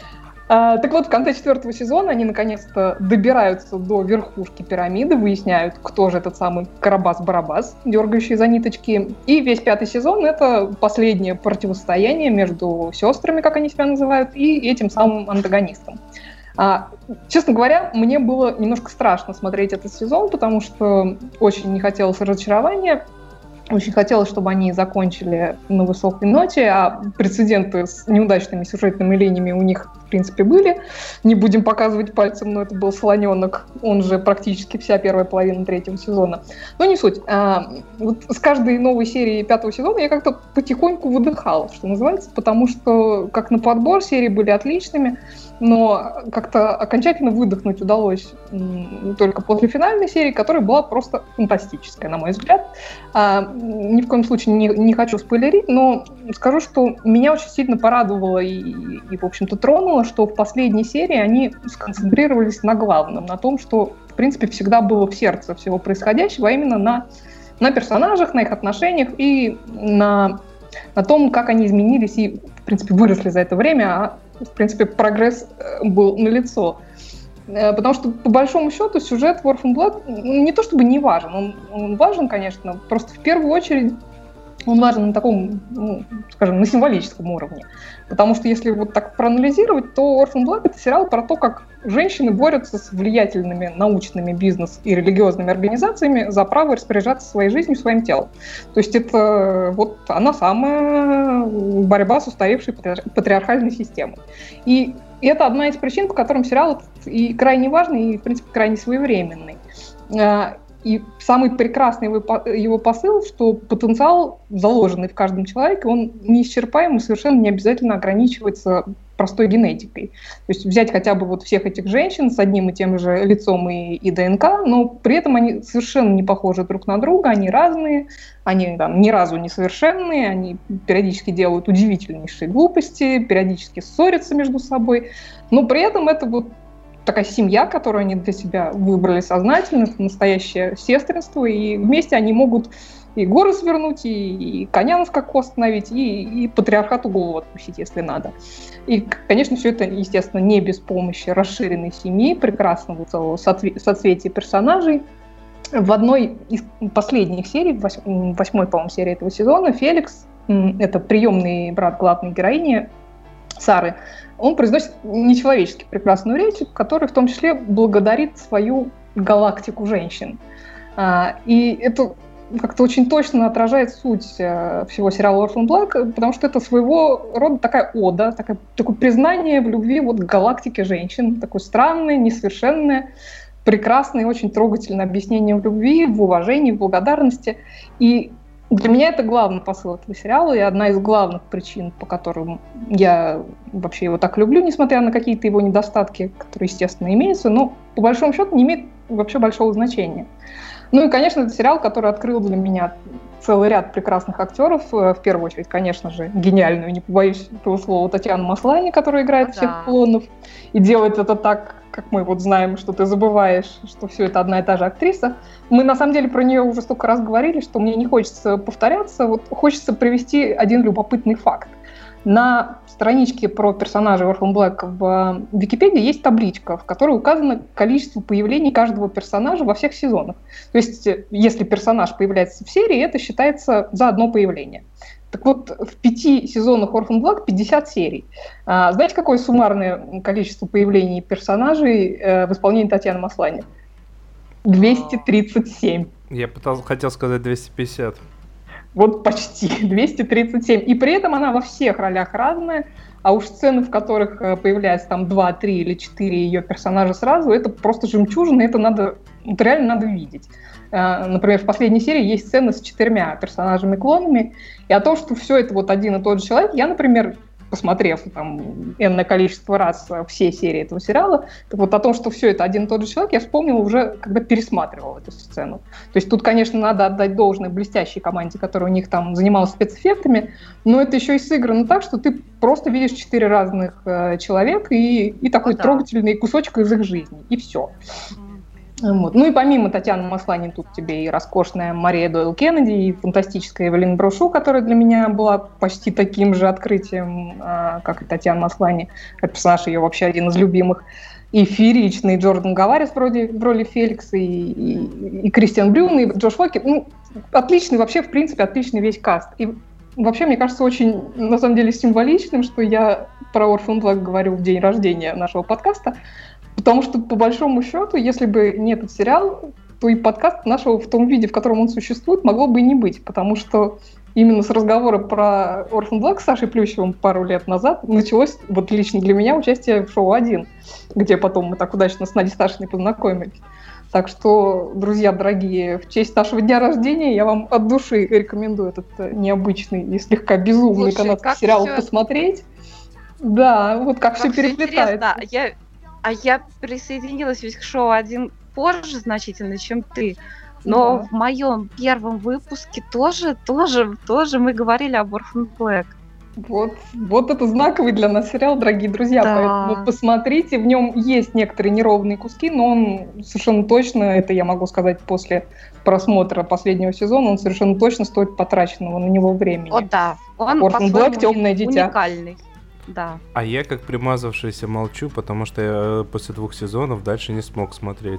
А, так вот, в конце четвертого сезона они наконец-то добираются до верхушки пирамиды, выясняют, кто же этот самый Карабас-Барабас, дергающий за ниточки. И весь пятый сезон — это последнее противостояние между сестрами, как они себя называют, и этим самым антагонистом. А, честно говоря, мне было немножко страшно смотреть этот сезон, потому что очень не хотелось разочарования. Очень хотелось, чтобы они закончили на высокой ноте, а прецеденты с неудачными сюжетными линиями у них, в принципе, были. Не будем показывать пальцем, но это был «Слоненок», он же практически вся первая половина третьего сезона. Но не суть. А, вот с каждой новой серии пятого сезона я как-то потихоньку выдыхала, что называется, потому что, как на подбор, серии были отличными, но как-то окончательно выдохнуть удалось м, только после финальной серии, которая была просто фантастическая, на мой взгляд. А, ни в коем случае не, не хочу спойлерить, но скажу, что меня очень сильно порадовало и, и, в общем-то, тронуло, что в последней серии они сконцентрировались на главном, на том, что, в принципе, всегда было в сердце всего происходящего, а именно на, на персонажах, на их отношениях и на, на том, как они изменились и, в принципе, выросли за это время, а, в принципе, прогресс был налицо. Потому что, по большому счету, сюжет в Orphan Black не то чтобы не важен, он, он важен, конечно, просто в первую очередь он важен на таком, ну, скажем, на символическом уровне. Потому что если вот так проанализировать, то Orphan Black — это сериал про то, как женщины борются с влиятельными научными, бизнес- и религиозными организациями за право распоряжаться своей жизнью, своим телом. То есть это вот она самая борьба с устаревшей патриархальной системой. И И это одна из причин, по которым сериал и крайне важный, и, в принципе, крайне своевременный. И самый прекрасный его посыл, что потенциал, заложенный в каждом человеке, он неисчерпаем и совершенно не обязательно ограничивается простой генетикой. То есть взять хотя бы вот всех этих женщин с одним и тем же лицом и, и ДНК, но при этом они совершенно не похожи друг на друга, они разные, они там, ни разу не совершенные, они периодически делают удивительнейшие глупости, периодически ссорятся между собой, но при этом это вот такая семья, которую они для себя выбрали сознательно, это настоящее сестринство, и вместе они могут и горы свернуть, и, и коня на скаку остановить, и, и патриархату голову откусить, если надо. И, конечно, все это, естественно, не без помощи расширенной семьи, прекрасного целого соцве- соцветия персонажей. В одной из последних серий, восьмой, восьмой, по-моему, серии этого сезона, Феликс, это приемный брат главной героини Сары, он произносит нечеловечески прекрасную речь, в которой в том числе благодарит свою галактику женщин. И это как-то очень точно отражает суть всего сериала Orphan Black, потому что это своего рода такая ода, такое, такое признание в любви вот к галактике женщин, такое странное, несовершенное, прекрасное и очень трогательное объяснение в любви, в уважении, в благодарности. И для меня это главный посыл этого сериала и одна из главных причин, по которым я вообще его так люблю, несмотря на какие-то его недостатки, которые, естественно, имеются, но по большому счету не имеет вообще большого значения. Ну и, конечно, это сериал, который открыл для меня целый ряд прекрасных актеров. В первую очередь, конечно же, гениальную, не побоюсь этого слова, Татьяну Маслани, которая играет да. всех клонов. И делает это так, как мы вот знаем, что ты забываешь, что все это одна и та же актриса. Мы, на самом деле, про нее уже столько раз говорили, что мне не хочется повторяться. Вот хочется привести один любопытный факт. На страничке про персонажей Orphan Black в Википедии есть табличка, в которой указано количество появлений каждого персонажа во всех сезонах. То есть, если персонаж появляется в серии, это считается за одно появление. Так вот, в пяти сезонах Orphan Black пятьдесят серий. А, знаете, какое суммарное количество появлений персонажей э, в исполнении Татьяны Маслани? двести тридцать семь. Я пытался, хотел сказать двести пятьдесят. Вот почти, двести тридцать семь. И при этом она во всех ролях разная, а уж сцены, в которых появляется там два, три или четыре ее персонажа сразу, это просто жемчужина, это надо, это реально надо видеть. Например, в последней серии есть сцена с четырьмя персонажами-клонами, и о том, что все это вот один и тот же человек, я, например, посмотрев там энное количество раз все серии этого сериала, так вот о том, что все это один и тот же человек, я вспомнила уже, когда пересматривала эту сцену. То есть тут, конечно, надо отдать должное блестящей команде, которая у них там занималась спецэффектами, но это еще и сыграно так, что ты просто видишь четыре разных э, человека и, и такой ну, да. трогательный кусочек из их жизни, и все. Вот. Ну и помимо Татьяны Маслани тут тебе и роскошная Мария Дойл Кеннеди, и фантастическая Эвелин Брошу, которая для меня была почти таким же открытием, как и Татьяна Маслани, как персонаж ее вообще один из любимых. И фееричный Джордан Гаварис вроде в роли Феликса, и, и, и Кристиан Брюн, и Джош Фокки. Ну, отличный, вообще, в принципе, отличный весь каст. И вообще, мне кажется, очень, на самом деле, символичным, что я про Orphan Black говорю в день рождения нашего подкаста, потому что, по большому счету, если бы не этот сериал, то и подкаст нашего в том виде, в котором он существует, могло бы и не быть, потому что именно с разговора про Orphan Black с Сашей Плющевым пару лет назад началось, вот лично для меня, участие в шоу «Один», где потом мы так удачно с Надей Сташиной познакомились. Так что, друзья дорогие, в честь нашего дня рождения я вам от души рекомендую этот необычный и слегка безумный Слушай, канадский сериал всё... посмотреть. Да, вот как, как все переплетается. Да, я... А я присоединилась ведь к шоу «Один» позже значительно, чем ты. Но да. В моем первом выпуске тоже, тоже, тоже мы говорили об Orphan Black. Вот, вот это знаковый для нас сериал, дорогие друзья. Да. Поэтому посмотрите, в нем есть некоторые неровные куски, но он совершенно точно, это я могу сказать после просмотра последнего сезона, он совершенно точно стоит потраченного на него времени. О да, он Orphan Black, «Темное дитя». Уникальный. Да. А я как примазавшийся молчу, потому что я после двух сезонов дальше не смог смотреть.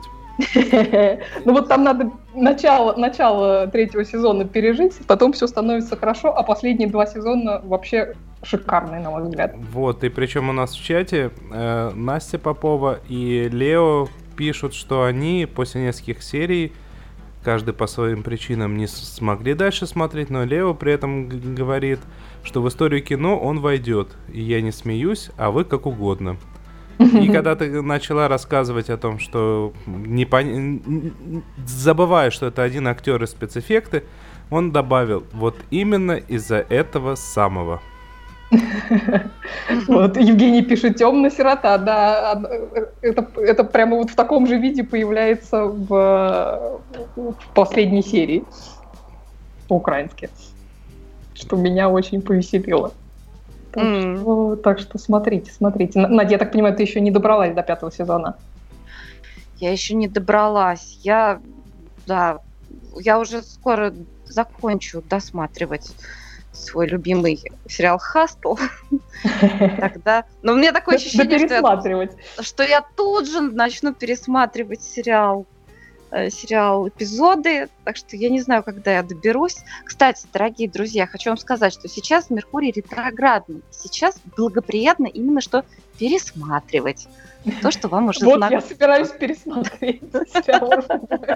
Ну вот там надо начало, начало третьего сезона пережить, потом все становится хорошо, а последние два сезона вообще шикарные, на мой взгляд. Вот, и причем у нас в чате э, Настя Попова и Лео пишут, что они после нескольких серий, каждый по своим причинам, не смогли дальше смотреть, но Лео при этом г- говорит, что в историю кино он войдет. И я не смеюсь, а вы как угодно. И когда ты начала рассказывать о том, что не пон... забывая, что это один актер и спецэффекты, он добавил, вот именно из-за этого самого. Вот Евгений пишет: «Темная сирота», да, это, это прямо вот в таком же виде появляется в, в последней серии по-украински, что меня очень повеселило. Так, mm. что, так что смотрите, смотрите. Надя, я так понимаю, ты еще не добралась до пятого сезона? Я еще не добралась. Я, да, я уже скоро закончу досматривать свой любимый сериал «Хастл». Тогда... Но у меня такое ощущение, что я, что я тут же начну пересматривать сериал, э, сериал эпизоды, так что я не знаю, когда я доберусь. Кстати, дорогие друзья, хочу вам сказать, что сейчас Меркурий ретроградный. Сейчас благоприятно именно что пересматривать то, что вам уже знакомо. Вот я собираюсь пересматривать сериал.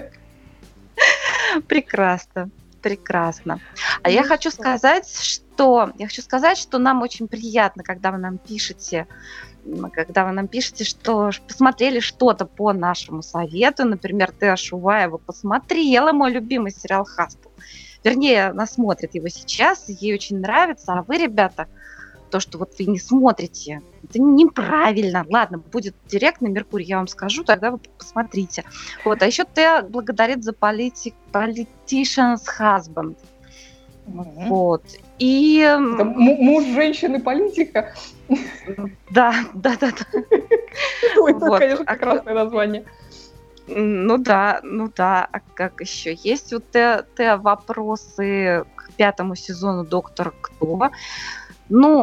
Прекрасно. Прекрасно. А я хочу сказать, что я хочу сказать, что нам очень приятно, когда вы нам пишете, когда вы нам пишете, что посмотрели что-то по нашему совету. Например, ты, Ашуваева, посмотрела мой любимый сериал «Хастл». Вернее, она смотрит его сейчас, ей очень нравится, а вы, ребята, то, что вот вы не смотрите, это неправильно. Ладно, будет директ на Меркурий, я вам скажу, тогда вы посмотрите. Вот, а еще ты благодарит за полити... Politician's Husband. Mm-hmm. Вот. И... Это муж женщины политика. Да, да, да, да. Это, конечно, прекрасное название. Ну да, ну да, а как еще? Есть вот те вопросы к пятому сезону «Доктора Кто». Ну,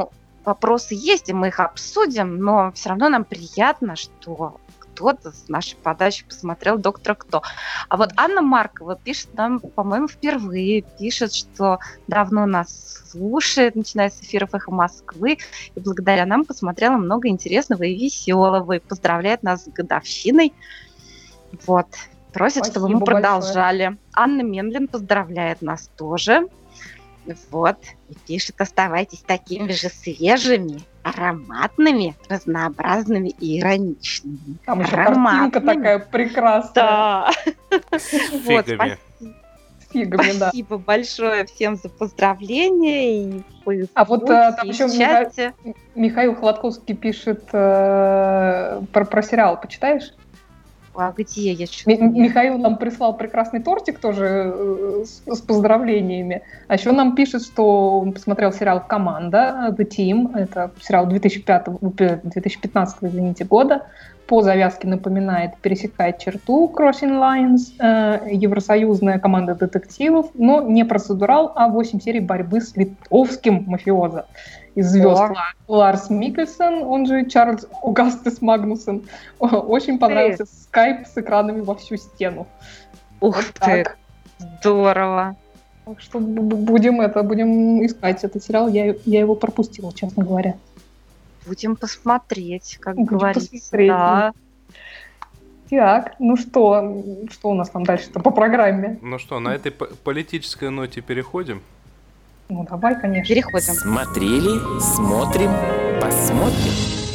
вопросы есть, и мы их обсудим, но все равно нам приятно, что кто-то с нашей подачи посмотрел «Доктора Кто». А вот Анна Маркова пишет нам, по-моему, впервые, пишет, что давно нас слушает, начиная с эфиров «Эхо Москвы», и благодаря нам посмотрела много интересного и веселого, и поздравляет нас с годовщиной. Вот. Просит, Спасибо чтобы мы продолжали. большое. Анна Менлин поздравляет нас тоже. Вот. И пишет: оставайтесь такими же свежими, ароматными, разнообразными и ироничными. Там еще картинка такая прекрасная. Да. С фигами. С фигами, да. Спасибо большое всем за поздравления. И в А вот Фейсбуке, э, там и еще в Миха- чате. Михаил Холодковский пишет э, про, про сериал. Почитаешь? А где я что-то... Ми- Михаил нам прислал прекрасный тортик тоже э, с, с поздравлениями. А еще нам пишет, что он посмотрел сериал «Команда», «The Team». Это сериал две тысячи пятого, две тысячи пятнадцатого, извините, года. По завязке напоминает «Пересекает черту» Crossing Lines, э, евросоюзная команда детективов, но не процедурал, а восемь серий борьбы с литовским мафиозо. Из звезд О. Ларс Миккельсон, он же Чарльз Огастес Магнусон. О, очень понравился скайп с экранами во всю стену. Ух Вот ты, так. здорово. Так что б- б- будем это, будем искать этот сериал. Я, я его пропустила, честно говоря. Будем посмотреть, как Будем говорится. посмотреть. Да. Так, ну что, что у нас там дальше-то по программе? Ну что, на этой п- политической ноте переходим? Ну давай, конечно. Переходим. Смотрели, смотрим, посмотрим.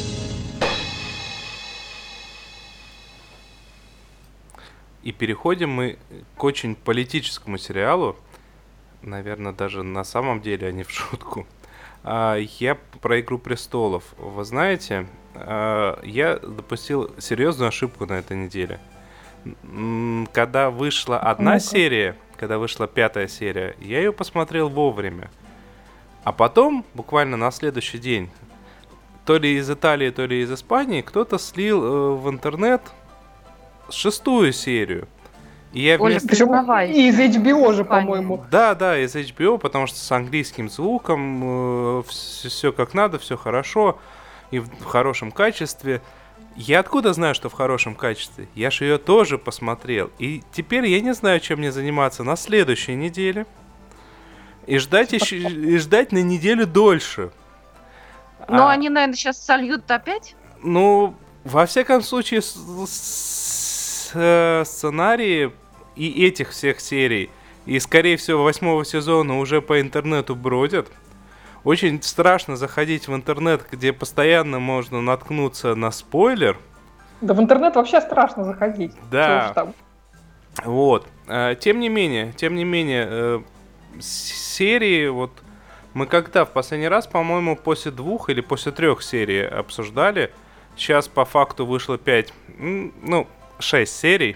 И переходим мы к очень политическому сериалу. Наверное, даже на самом деле, а не в шутку. А, Я про «Игру престолов». Вы знаете, а, я допустил серьезную ошибку на этой неделе. М, Когда вышла одна Ну-ка. серия, когда вышла пятая серия, я ее посмотрел вовремя. А потом, буквально на следующий день, то ли из Италии, то ли из Испании, кто-то слил э, в интернет шестую серию. И я Оля, вместо... Причем Признавайся. и из эйч би о же, Компания. по-моему. Да, да, из эйч би о, потому что с английским звуком все, как надо, все хорошо и в в хорошем качестве. Я откуда знаю, что в хорошем качестве? Я же ее тоже посмотрел. И теперь я не знаю, чем мне заниматься на следующей неделе. И ждать, еще, и ждать на неделю дольше. Но А, они, наверное, сейчас сольют опять. Ну, во всяком случае, с- с- э, сценарии и этих всех серий, и, скорее всего, восьмого сезона уже по интернету бродят. Очень страшно заходить в интернет, где постоянно можно наткнуться на спойлер. Да в интернет вообще страшно заходить. Да. Чё уж там. Вот. Э, Тем не менее, тем не менее, э, с- серии, вот мы когда в последний раз, по-моему, после двух или после трех серий обсуждали. Сейчас по факту вышло пять, м, ну, шесть серий.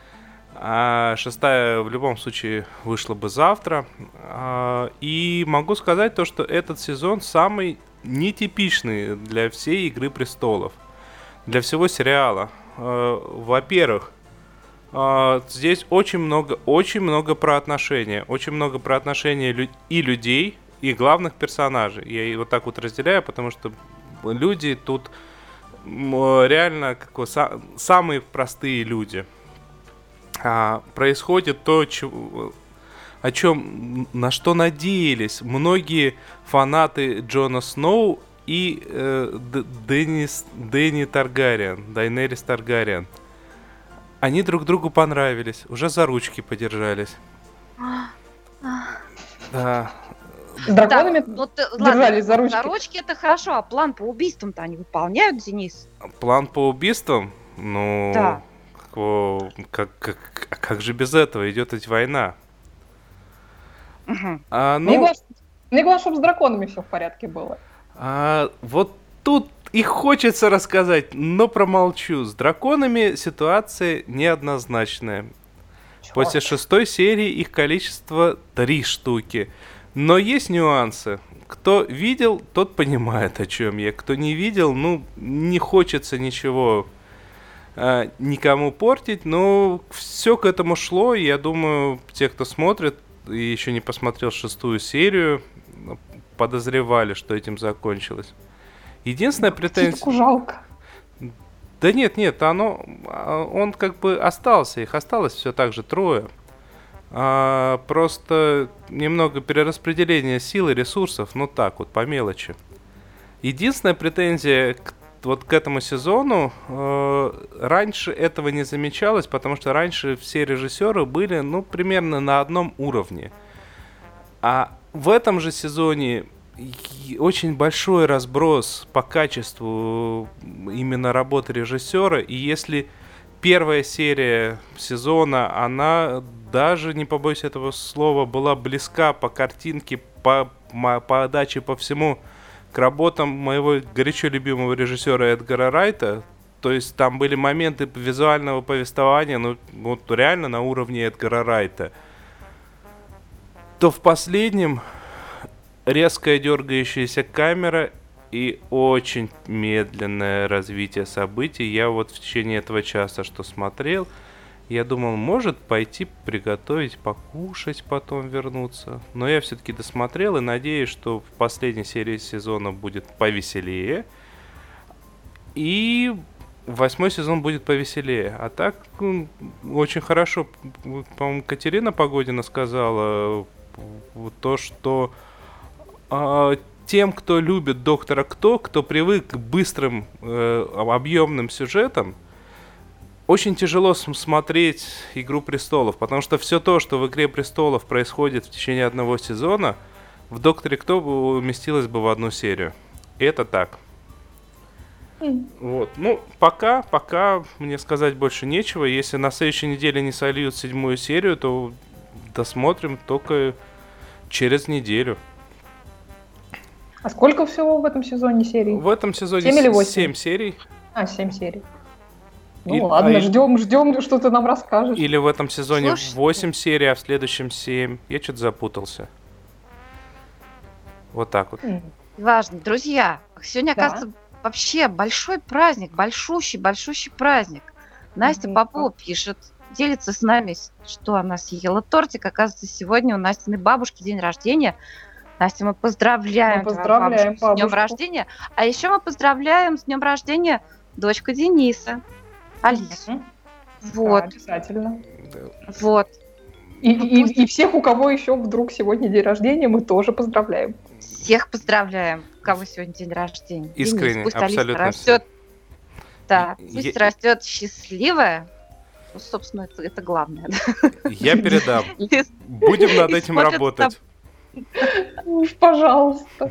А шестая в любом случае вышла бы завтра. А, И могу сказать то, что этот сезон самый нетипичный для всей «Игры престолов». Для всего сериала. А, Во-первых, а, здесь очень много, очень много про отношения. Очень много про отношения лю- и людей, и главных персонажей. Я и вот так вот разделяю, потому что люди тут м, реально как бы, са- самые простые люди. А, происходит то, чего, о чем, на что надеялись многие фанаты Джона Сноу и э, Д- Денис, Дэнни Таргариен, Дайнерис Таргариен. Они друг другу понравились, уже за ручки подержались. Да. С драконами Так, ну ты- держались за ручки. За ручки это хорошо, а план по убийствам-то они выполняют, Денис? План по убийствам? Ну, Да. ко- как, как, а как же без этого? Идет ведь война. Мгм. А, Мне ну, главное, мне главное, чтобы с драконами все в порядке было. а, вот тут и хочется рассказать, но промолчу. С драконами ситуация неоднозначная. Чёрт. После шестой серии их количество три штуки. Но есть нюансы. Кто видел, тот понимает, о чем я. Кто не видел, ну, не хочется ничего э, никому портить. Но все к этому шло. И я думаю, те, кто смотрит и еще не посмотрел шестую серию, подозревали, что этим закончилось. Единственная претензия... Птичку жалко. Да нет, нет, оно, он как бы остался, их осталось все так же трое. А, просто немного перераспределение сил и ресурсов, ну так вот, по мелочи. Единственная претензия к, вот к этому сезону, э, раньше этого не замечалось, потому что раньше все режиссеры были, ну, примерно на одном уровне. А в этом же сезоне очень большой разброс по качеству именно работы режиссера, и если первая серия сезона, она даже, не побоюсь этого слова, была близка по картинке, по подаче, по всему к работам моего горячо любимого режиссера Эдгара Райта. То есть там были моменты визуального повествования, ну вот реально на уровне Эдгара Райта. То в последнем резкая дергающаяся камера и очень медленное развитие событий. Я вот в течение этого часа, что смотрел, я думал, может пойти приготовить, покушать, потом вернуться. Но я все-таки досмотрел и надеюсь, что в последней серии сезона будет повеселее. И восьмой сезон будет повеселее. А так, очень хорошо, по-моему, Катерина Погодина сказала то, что э, тем, кто любит Доктора Кто, кто привык к быстрым, э, объемным сюжетам, очень тяжело смотреть «Игру престолов», потому что все то, что в «Игре престолов» происходит в течение одного сезона, в «Докторе Кто» уместилось бы в одну серию. И это так. Mm. Вот. Ну, пока, пока мне сказать больше нечего. Если на следующей неделе не сольют седьмую серию, то досмотрим только через неделю. А сколько всего в этом сезоне серий? В этом сезоне семь или восемь? семь серий. А, семь серий. Ну И, ладно, а ждем, ждем, что ты нам расскажешь. Или в этом сезоне Слушайте. восемь серий, а в следующем семь. Я что-то запутался. Вот так вот. Mm. Важно. Друзья, сегодня, Да. оказывается, вообще большой праздник, большущий, большущий праздник. Настя Мгм. Попова пишет, делится с нами, что она съела тортик. Оказывается, сегодня у Настиной бабушки день рождения. Настя, мы поздравляем, Мы поздравляем твою бабушку с днем бабушку. рождения. А еще мы поздравляем с днем рождения дочку Дениса, Алису. Мгм. Вот, Да, обязательно. вот. И, и, и всех, у кого еще вдруг сегодня день рождения, мы тоже поздравляем. Всех поздравляем, у кого сегодня день рождения. Искренне, Денис, пусть абсолютно Алиса растет, да, Я- пусть растет счастливая. Ну, собственно, это, это главное. Я передам. Лиз, Будем над И этим смотрят работать. Уж, пожалуйста.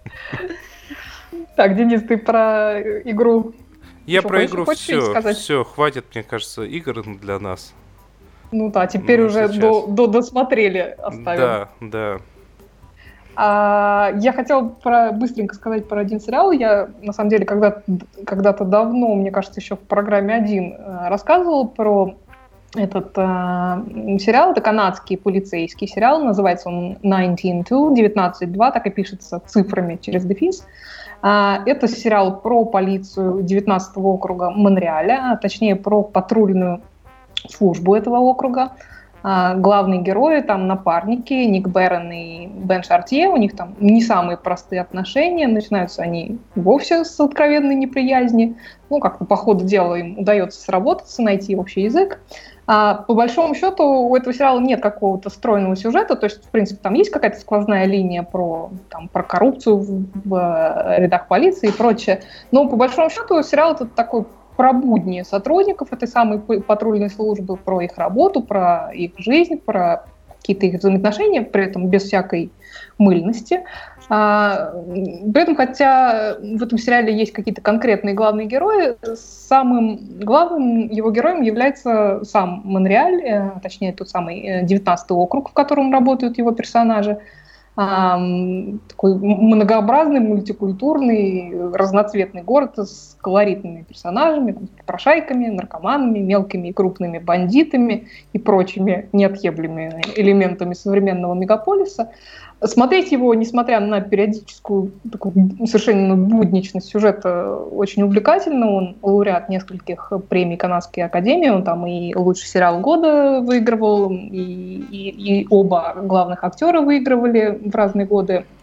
Так, Денис, ты про игру. Я Что, про хочешь- игру хочешь что-нибудь все. сказать? Все, хватит, мне кажется, игр для нас. Ну да, теперь Ну, уже сейчас. до, до досмотрели оставим. Да, да. А, я хотела про, быстренько сказать про один сериал. Я, на самом деле, когда, когда-то давно, мне кажется, еще в программе один э, рассказывала про этот э, сериал. Это канадский полицейский сериал. Называется он девятнадцать два, девятнадцать два, так и пишется цифрами через дефис. А, это сериал про полицию девятнадцатого округа Монреаля, а точнее про патрульную службу этого округа. А, главные герои там напарники Ник Беррон и Бен Шартье. У них там не самые простые отношения. Начинаются они вовсе с откровенной неприязни. Ну, как-то по ходу дела им удается сработаться, найти общий язык. А, по большому счету у этого сериала нет какого-то стройного сюжета. То есть, в принципе, там есть какая-то сквозная линия про, там, про коррупцию в, в рядах полиции и прочее. Но по большому счету сериал это такой про будни сотрудников этой самой патрульной службы, про их работу, про их жизнь, про какие-то их взаимоотношения, при этом без всякой мыльности. А, при этом, хотя в этом сериале есть какие-то конкретные главные герои, самым главным его героем является сам Монреаль, э, точнее тот самый девятнадцатый округ, в котором работают его персонажи. А, такой многообразный, мультикультурный, разноцветный город с колоритными персонажами, попрошайками, наркоманами, мелкими и крупными бандитами и прочими неотъемлемыми элементами современного мегаполиса. Смотреть его, несмотря на периодическую такую совершенно будничность сюжета, очень увлекательно. Он лауреат нескольких премий Канадской академии. Он там и лучший сериал года выигрывал, и, и, и оба главных актера выигрывали в разные годы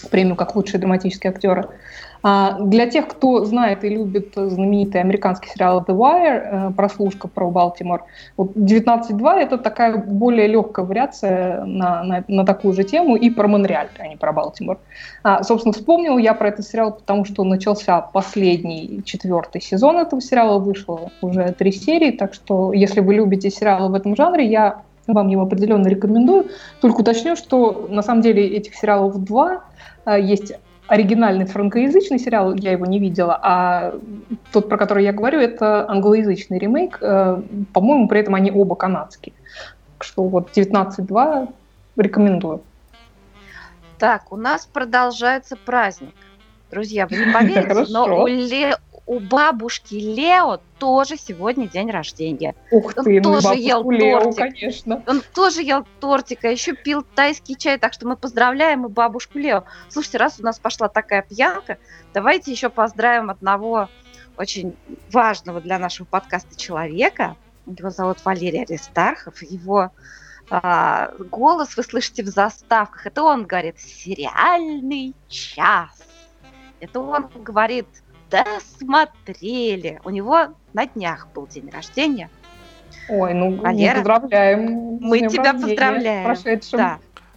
премию как лучшие драматические актеры. А, для тех, кто знает и любит знаменитый американский сериал The Wire, прослушка про Балтимор, вот девятнадцать два это такая более легкая вариация на, на, на такую же тему и про Монреаль, а не про Балтимор. А, собственно, вспомнил я про этот сериал, потому что начался последний, четвертый сезон этого сериала, вышло уже три серии, так что если вы любите сериалы в этом жанре, я вам его определенно рекомендую. Только уточню, что на самом деле этих сериалов два. Есть оригинальный франкоязычный сериал, я его не видела, а тот, про который я говорю, это англоязычный ремейк. По-моему, при этом они оба канадские. Так что вот девятнадцать два рекомендую. Так, у нас продолжается праздник. Друзья, вы не поверите, но у, Ле... у бабушки Лео тоже сегодня день рождения. Ух Он ты, тоже ну ел Лео, тортик. конечно. Он тоже ел тортик, а еще пил тайский чай, так что мы поздравляем и бабушку Лео. Слушайте, раз у нас пошла такая пьянка, давайте еще поздравим одного очень важного для нашего подкаста человека. Его зовут Валерий Аристархов. Его а, голос вы слышите в заставках. Это он говорит «Сериальный час». Это он говорит «Досмотрели». У него на днях был день рождения. Ой, ну Валера, мы поздравляем. Мы тебя поздравляем. Прошедшим. Да.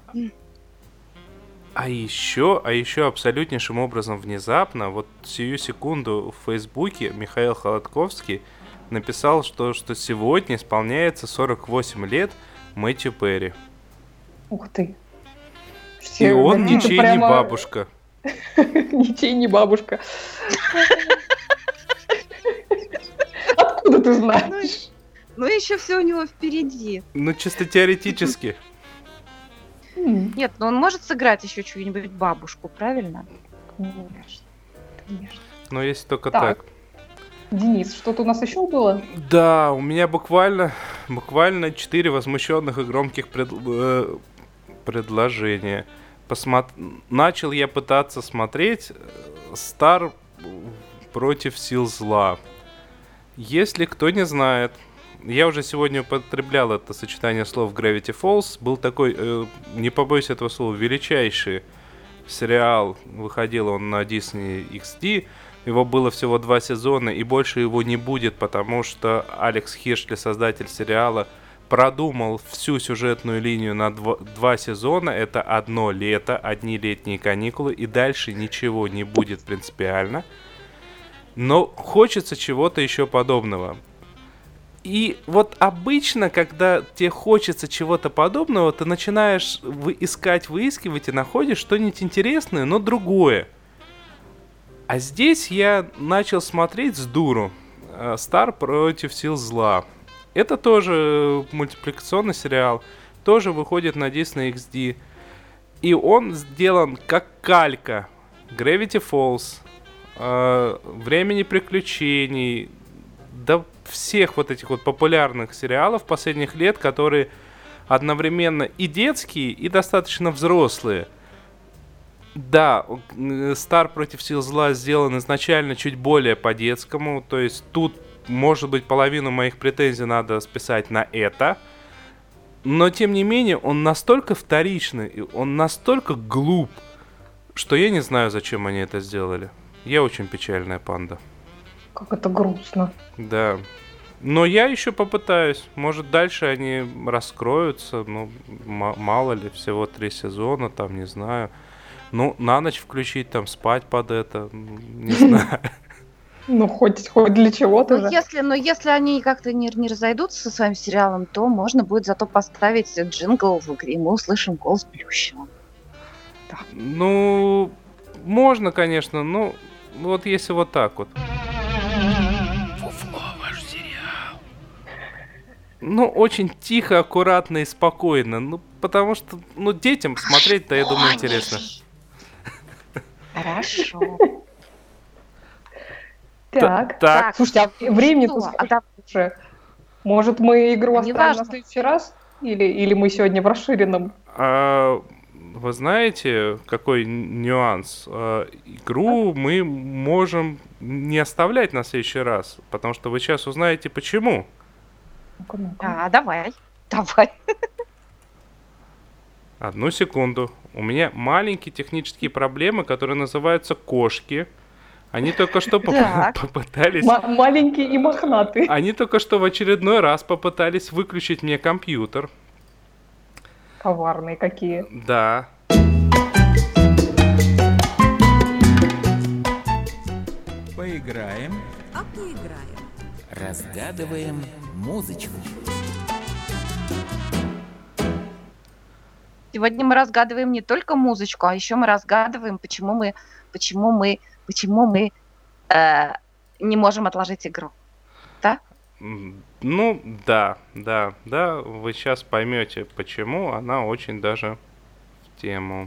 А еще, а еще абсолютнейшим образом внезапно, вот сию секунду в Фейсбуке Михаил Холодковский написал, что, что сегодня исполняется сорок восемь лет Мэтью Перри. Ух ты. И он ничей прямо... не бабушка. Ничей не бабушка. Откуда ты знаешь? Ну, еще все у него впереди. Ну, чисто теоретически. Нет, но он может сыграть еще чью-нибудь бабушку, правильно? Конечно. Конечно. Но если только так. так. Денис, что-то у нас еще было? Да, у меня буквально, буквально четыре возмущенных и громких пред... э, предложения. Посмо... Начал я пытаться смотреть Стар против сил зла. Если кто не знает, я уже сегодня употреблял это сочетание слов Gravity Falls. Был такой, э, не побоюсь этого слова, величайший сериал. Выходил он на Disney икс ди. Его было всего два сезона, и больше его не будет, потому что Алекс Хиршли, создатель сериала, продумал всю сюжетную линию на дво, два сезона. Это одно лето, одни летние каникулы, и дальше ничего не будет принципиально. Но хочется чего-то еще подобного. И вот обычно, когда тебе хочется чего-то подобного, ты начинаешь вы- искать, выискивать и находишь что-нибудь интересное, но другое. А здесь я начал смотреть с дуру «Стар против сил зла». Это тоже мультипликационный сериал, тоже выходит на Disney икс ди. И он сделан как калька Gravity Falls, э, Времени приключений, да всех вот этих вот популярных сериалов последних лет, которые одновременно и детские, и достаточно взрослые. Да, «Стар против сил зла» сделан изначально чуть более по-детскому, то есть тут, может быть, половину моих претензий надо списать на это, но, тем не менее, он настолько вторичный, он настолько глуп, что я не знаю, зачем они это сделали. Я очень печальная панда. Как это грустно. Да. Но я еще попытаюсь. Может, дальше они раскроются, ну, м- мало ли, всего три сезона, там, не знаю. Ну, на ночь включить, там, спать под это, не знаю. Ну, хоть, хоть для чего-то Но же. если, но если они как-то не, не разойдутся со своим сериалом, то можно будет зато поставить джингл в игре, и мы услышим голос Плющева. Ну, можно, конечно, но вот если вот так вот. Фуфло, ваш сериал. Ну, очень тихо, аккуратно и спокойно. Ну, потому что, ну, детям смотреть-то, я думаю, интересно. Хорошо. Так, так. Слушайте, а времени-то Что? сколько уже? Может, мы игру Не оставим важно. на следующий раз? Или, или мы сегодня в расширенном? А, вы знаете, какой нюанс? А, игру мы можем не оставлять на следующий раз, потому что вы сейчас узнаете, почему. Ну-ка, ну-ка. А, давай. Давай. Одну секунду. У меня маленькие технические проблемы, которые называются кошки. Они только что поп- попытались... М- маленькие и мохнатые. Они только что в очередной раз попытались выключить мне компьютер. Коварные какие. Да. Поиграем. А поиграем. Разгадываем музычку. Сегодня мы разгадываем не только музычку, а еще мы разгадываем, почему мы, почему мы, почему мы э, не можем отложить игру. Да? Ну, да, да, да. Вы сейчас поймете, почему она очень даже в тему.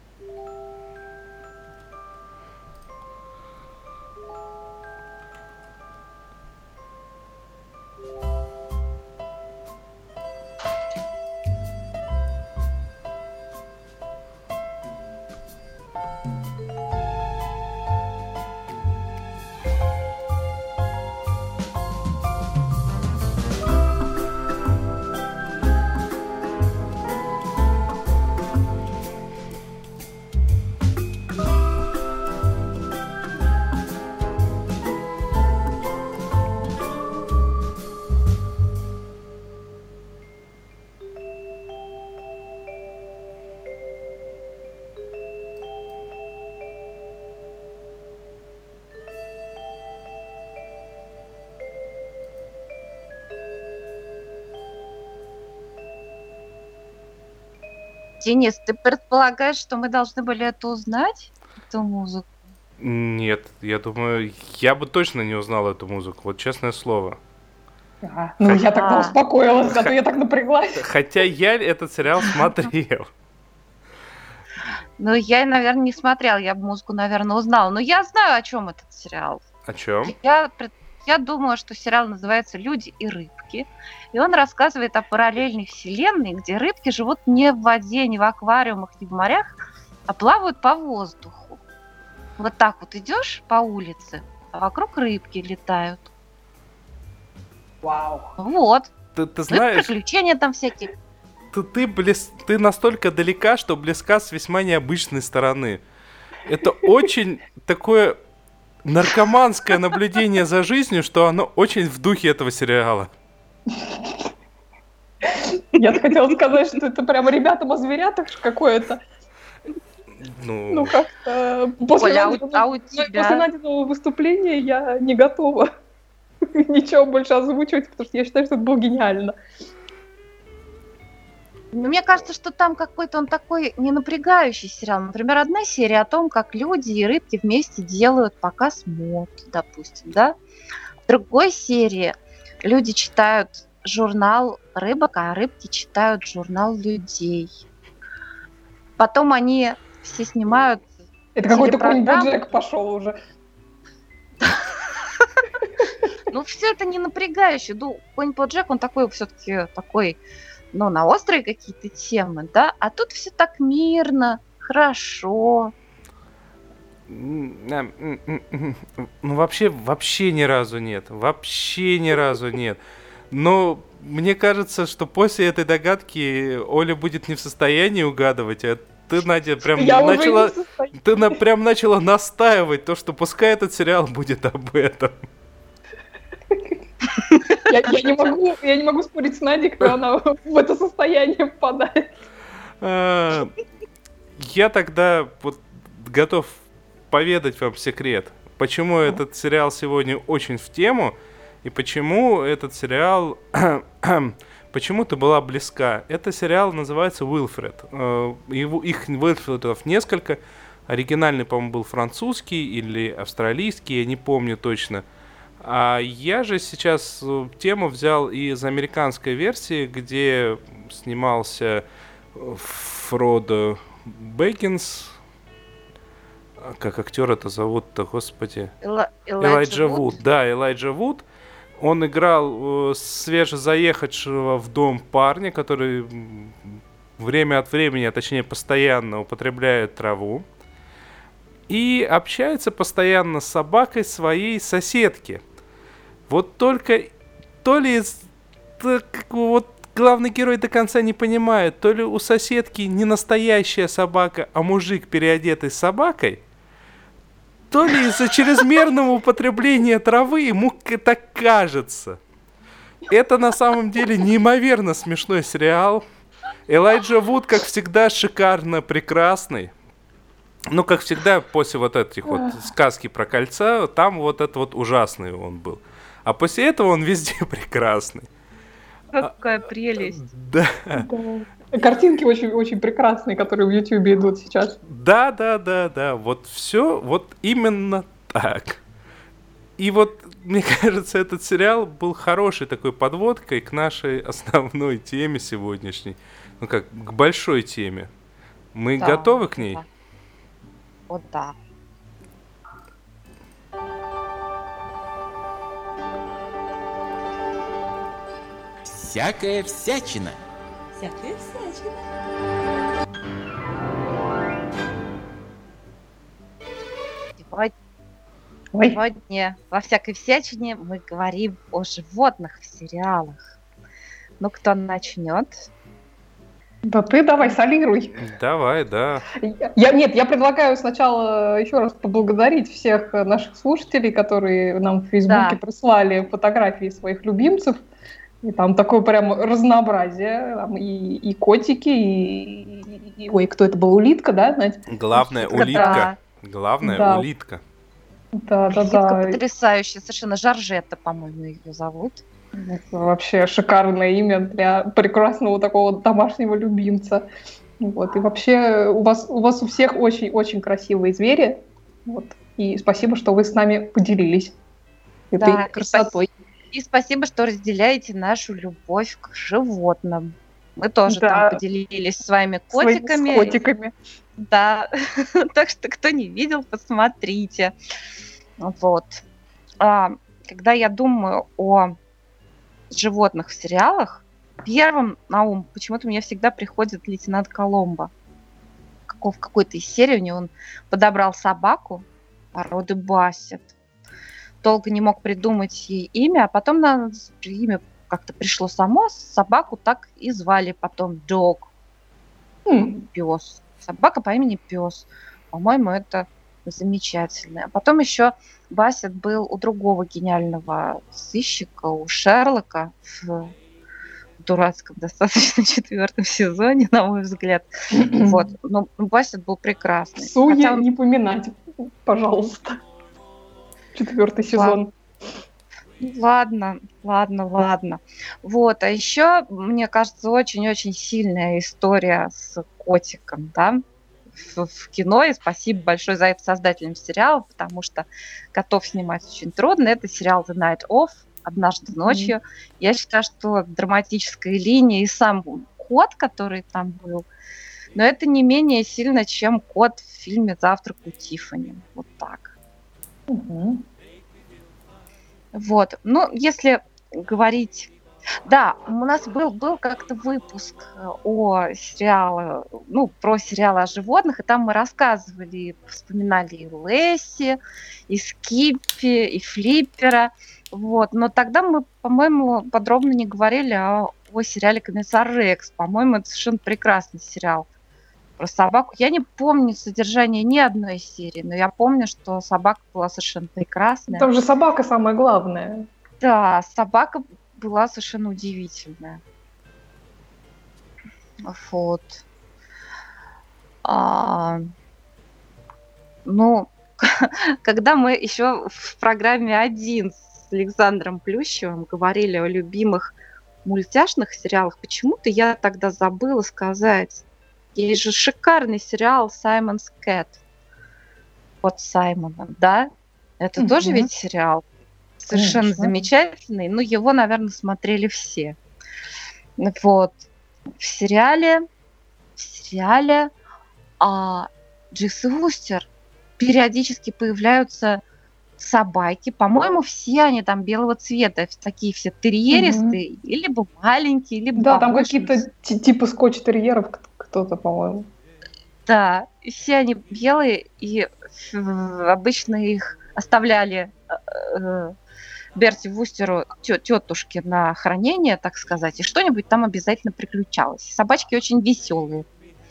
Денис, ты предполагаешь, что мы должны были это узнать, эту музыку? Нет, я думаю, я бы точно не узнал эту музыку, вот честное слово. А, ну, я тогда А. успокоилась, а то я так напряглась. Хотя я этот сериал смотрел. Ну, я, наверное, не смотрела, я бы музыку, наверное, узнала. Но я знаю, о чем этот сериал. О чем? Я, пред- я думаю, что сериал называется «Люди и рыбки». И он рассказывает о параллельной вселенной, где рыбки живут не в воде, не в аквариумах, не в морях, а плавают по воздуху. Вот так вот идешь по улице, а вокруг рыбки летают. Вау. Вот. Ты, ты Ну и знаешь, приключения там всякие. ты, ты, близ- ты настолько далека, что близка с весьма необычной стороны. Это очень такое наркоманское наблюдение за жизнью, что оно очень в духе этого сериала. Я хотела сказать, что это прямо ребятам о зверятах какое-то. Ну, Ну, как-то после, Оля, а у- Надиного- а у после тебя? Надиного выступления я не готова ничего больше озвучивать, потому что я считаю, что это было гениально. Но мне кажется, что там какой-то он такой не напрягающий сериал. Например, одна серия о том, как люди и рыбки вместе делают показ мод, допустим, да? В другой серии люди читают журнал рыбок, а рыбки читают журнал людей. Потом они все снимают... Это какой-то конь телепрограмму. Боджек пошел уже. Ну, все это не напрягающе. Ну, конь Боджек, он такой все-таки такой, ну, на острые какие-то темы, да? А тут все так мирно, хорошо. м, м, м, м, ну вообще, вообще ни разу нет. Вообще ни разу нет. Но мне кажется, что после этой догадки Оля будет не в состоянии угадывать, а ты, Надя, прям Я уже начала... не в состоянии. Ты на, прям начала настаивать то, что пускай этот сериал будет об этом. Я, я не могу, я не могу спорить с Надей, когда она в это состояние попадает. А, Я тогда вот готов поведать вам секрет, почему этот сериал сегодня очень в тему, и почему этот сериал почему-то была близка. Этот сериал называется «Уилфред». Э, Его, их Уилфредов несколько. Оригинальный, по-моему, был французский или австралийский, я не помню точно. А я же сейчас э, тему взял из американской версии, где снимался э, Фродо Бэггинс. А как актер это зовут-то, господи? Эла- Элайджа Вуд. Да, Элайджа Вуд. Он играл э, свежезаехавшего в дом парня, который м, время от времени, а точнее постоянно употребляет траву. И общается постоянно с собакой своей соседки. Вот только то ли из- так, вот главный герой до конца не понимает, то ли у соседки не настоящая собака, а мужик, переодетый собакой, то ли из-за чрезмерного употребления травы ему так кажется. Это на самом деле неимоверно смешной сериал. Элайджа Вуд, как всегда, шикарно прекрасный. Ну, как всегда, после вот этих вот сказки про кольца, там вот это вот ужасный он был. А после этого он везде прекрасный. Какая прелесть. Да. Да. Картинки очень, очень прекрасные, которые в Ютубе идут сейчас. Да, да, да, да. Вот все вот именно так. И вот, мне кажется, этот сериал был хорошей такой подводкой к нашей основной теме сегодняшней. Ну как, к большой теме. Мы Да, готовы к ней? да. Вот да. Всякая всячина. Всякая всячина. Сегодня, Ой, сегодня во всякой всячине мы говорим о животных в сериалах. Ну, кто начнет? да ты давай солируй. Давай, да. Я, нет, я предлагаю сначала еще раз поблагодарить всех наших слушателей, которые нам в Фейсбуке Да. прислали фотографии своих любимцев. И там такое прям разнообразие. Там и, и котики, и, и- и- Ой, кто это был? Улитка, да, Надь? Главная Улитка. улитка. Главная Да. улитка. Да, да, Улитка да. потрясающая, совершенно Жоржетта, по-моему, ее зовут. Это вообще шикарное имя для прекрасного такого домашнего любимца. Вот. И вообще у вас, у вас у всех очень-очень красивые звери. Вот. И спасибо, что вы с нами поделились этой Да, и красотой. И спасибо, что разделяете нашу любовь к животным. Мы тоже Да. там поделились своими Своими- котиками. С котиками. Да, так что кто не видел, посмотрите. Вот. А, когда я думаю о животных в сериалах, первым на ум почему-то мне всегда приходит лейтенант Коломбо. Каков, в какой-то из серий у него он подобрал собаку породы Бассет. Долго не мог придумать ей имя, а потом на имя как-то пришло само. Собаку так и звали потом Dog. М, Пес. Собака по имени Пес. По-моему, это замечательно. А потом еще Бассет был у другого гениального сыщика, у Шерлока в дурацком достаточно четвертом сезоне, на мой взгляд. Вот. Но Бассет был прекрасный. Суе Хотя он- не поминать, пожалуйста. Четвертый сезон. Ладно, ладно, ладно. Вот, а еще, мне кажется, очень-очень сильная история с котиком, да, в, в кино, и спасибо большое за это создателям сериала, потому что котов снимать очень трудно. Это сериал The Night Of, «Однажды ночью». Я считаю, что драматическая линия и сам кот, который там был, но это не менее сильно, чем кот в фильме «Завтрак у Тиффани». Вот так. Мгм. Вот. Ну, если говорить... Да, у нас был, был как-то выпуск э, о сериале, ну, про сериалы о животных, и там мы рассказывали, вспоминали и Лесси, и Скиппи, и Флиппера. Вот. Но тогда мы, по-моему, подробно не говорили о, о сериале «Комиссар Рекс». По-моему, это совершенно прекрасный сериал про собаку. Я не помню содержание ни одной серии, но я помню, что собака была совершенно прекрасная. Там же собака самое главное. Да, собака была совершенно удивительная. Вот. А, ну, когда мы еще в программе один с Александром Плющевым говорили о любимых мультяшных сериалах, почему-то я тогда забыла сказать. Есть же шикарный сериал «Саймон's Кэт» от Саймона, да? Это Мгм. тоже ведь сериал совершенно Конечно. замечательный. Ну, его, наверное, смотрели все. Вот. В сериале, в сериале а, Дживс и Вустер периодически появляются собаки. По-моему, все они там белого цвета, такие все терьеристые, и либо маленькие, либо Да, там побольше. какие-то ти- типа скотч-терьеров к- кто-то, по-моему. Да, и все они белые, и э, обычно их оставляли э, Берти Вустеру тё- тетушке на хранение, так сказать, и что-нибудь там обязательно приключалось. Собачки очень веселые.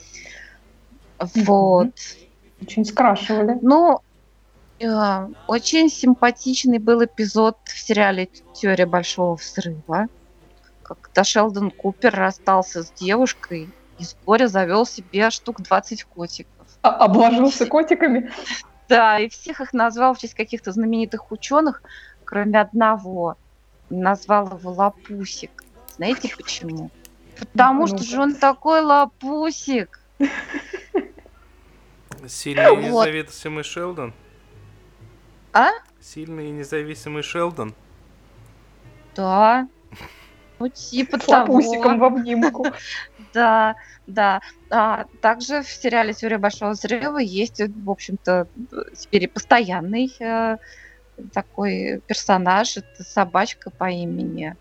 Вот. Очень скрашивали. Ну, э, очень симпатичный был эпизод в сериале «Теория большого взрыва», когда Шелдон Купер расстался с девушкой и с горя завел себе штук двадцать котиков. А- обложился котиками. Да, и всех их назвал в честь каких-то знаменитых ученых, кроме одного. Назвал его Лапусик. Знаете почему? Потому что же он такой лапусик. Сильный и Вот. независимый Шелдон. А? Сильный и независимый Шелдон. Да. Ну, типа С лапусиком в того. обнимку. Да, да. А, также в сериале «Теория большого взрыва» есть, в общем-то, теперь и постоянный э, такой персонаж. Это собачка по имени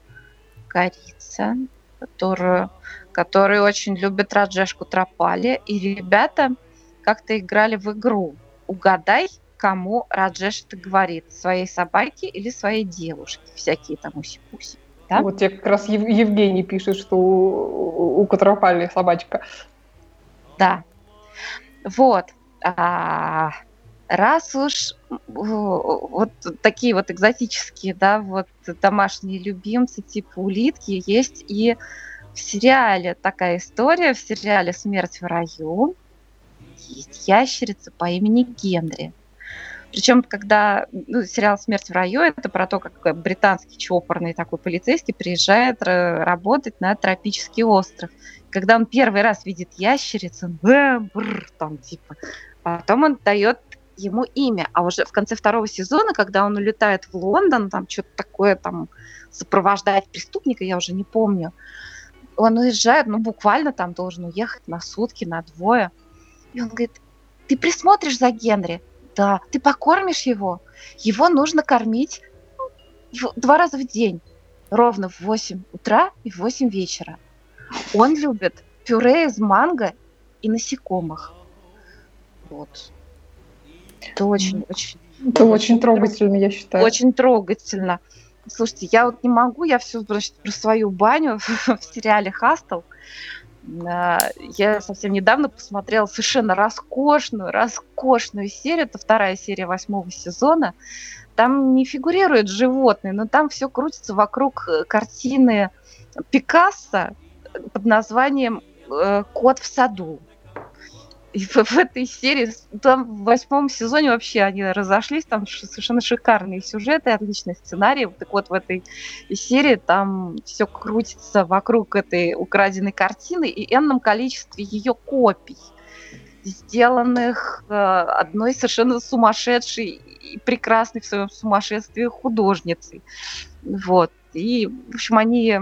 Корица, которую, который очень любит Раджешку Тропали. И ребята как-то играли в игру. Угадай, кому Раджеш это говорит. Своей собаке или своей девушке. Всякие там уси-пуси. Да? Вот тебе как раз Ев- Евгений пишет, что у, у Катропали собачка. Да. Вот. А, раз уж вот такие вот экзотические, да, вот домашние любимцы типа улитки, есть и в сериале такая история, в сериале «Смерть в раю» есть ящерица по имени Генри. Причем, когда ну, сериал «Смерть в раю» это про то, как британский чопорный такой полицейский приезжает р- работать на тропический остров. Когда он первый раз видит ящерицу, он, «Бэ, бррр», там типа, потом он дает ему имя. А уже в конце второго сезона, когда он улетает в Лондон, там что-то такое там сопровождает преступника, я уже не помню, он уезжает, ну буквально там должен уехать на сутки, на двое. И он говорит: ты присмотришь за Генри? Да. Ты покормишь его? Его нужно кормить в- два раза в день. Ровно в восемь утра и в восемь вечера. Он любит пюре из манго и насекомых. Вот. Это очень, очень, Это очень трогательно, я считаю. очень трогательно. Слушайте, я вот не могу, я все про свою баню в сериале «Хастл». А, Я совсем недавно посмотрела совершенно роскошную, роскошную серию. Это вторая серия восьмого сезона. Там не фигурируют животные, но там все крутится вокруг э, картины Пикассо под названием э, «Кот в саду». И в, в этой серии, с- там в восьмом сезоне вообще они разошлись, там ш- совершенно шикарные сюжеты, отличный сценарий. Так вот, в этой серии там все крутится вокруг этой украденной картины и энном количестве ее копий, сделанных э, одной совершенно сумасшедшей и прекрасной в своем сумасшествии художницей. Вот. И, в общем, они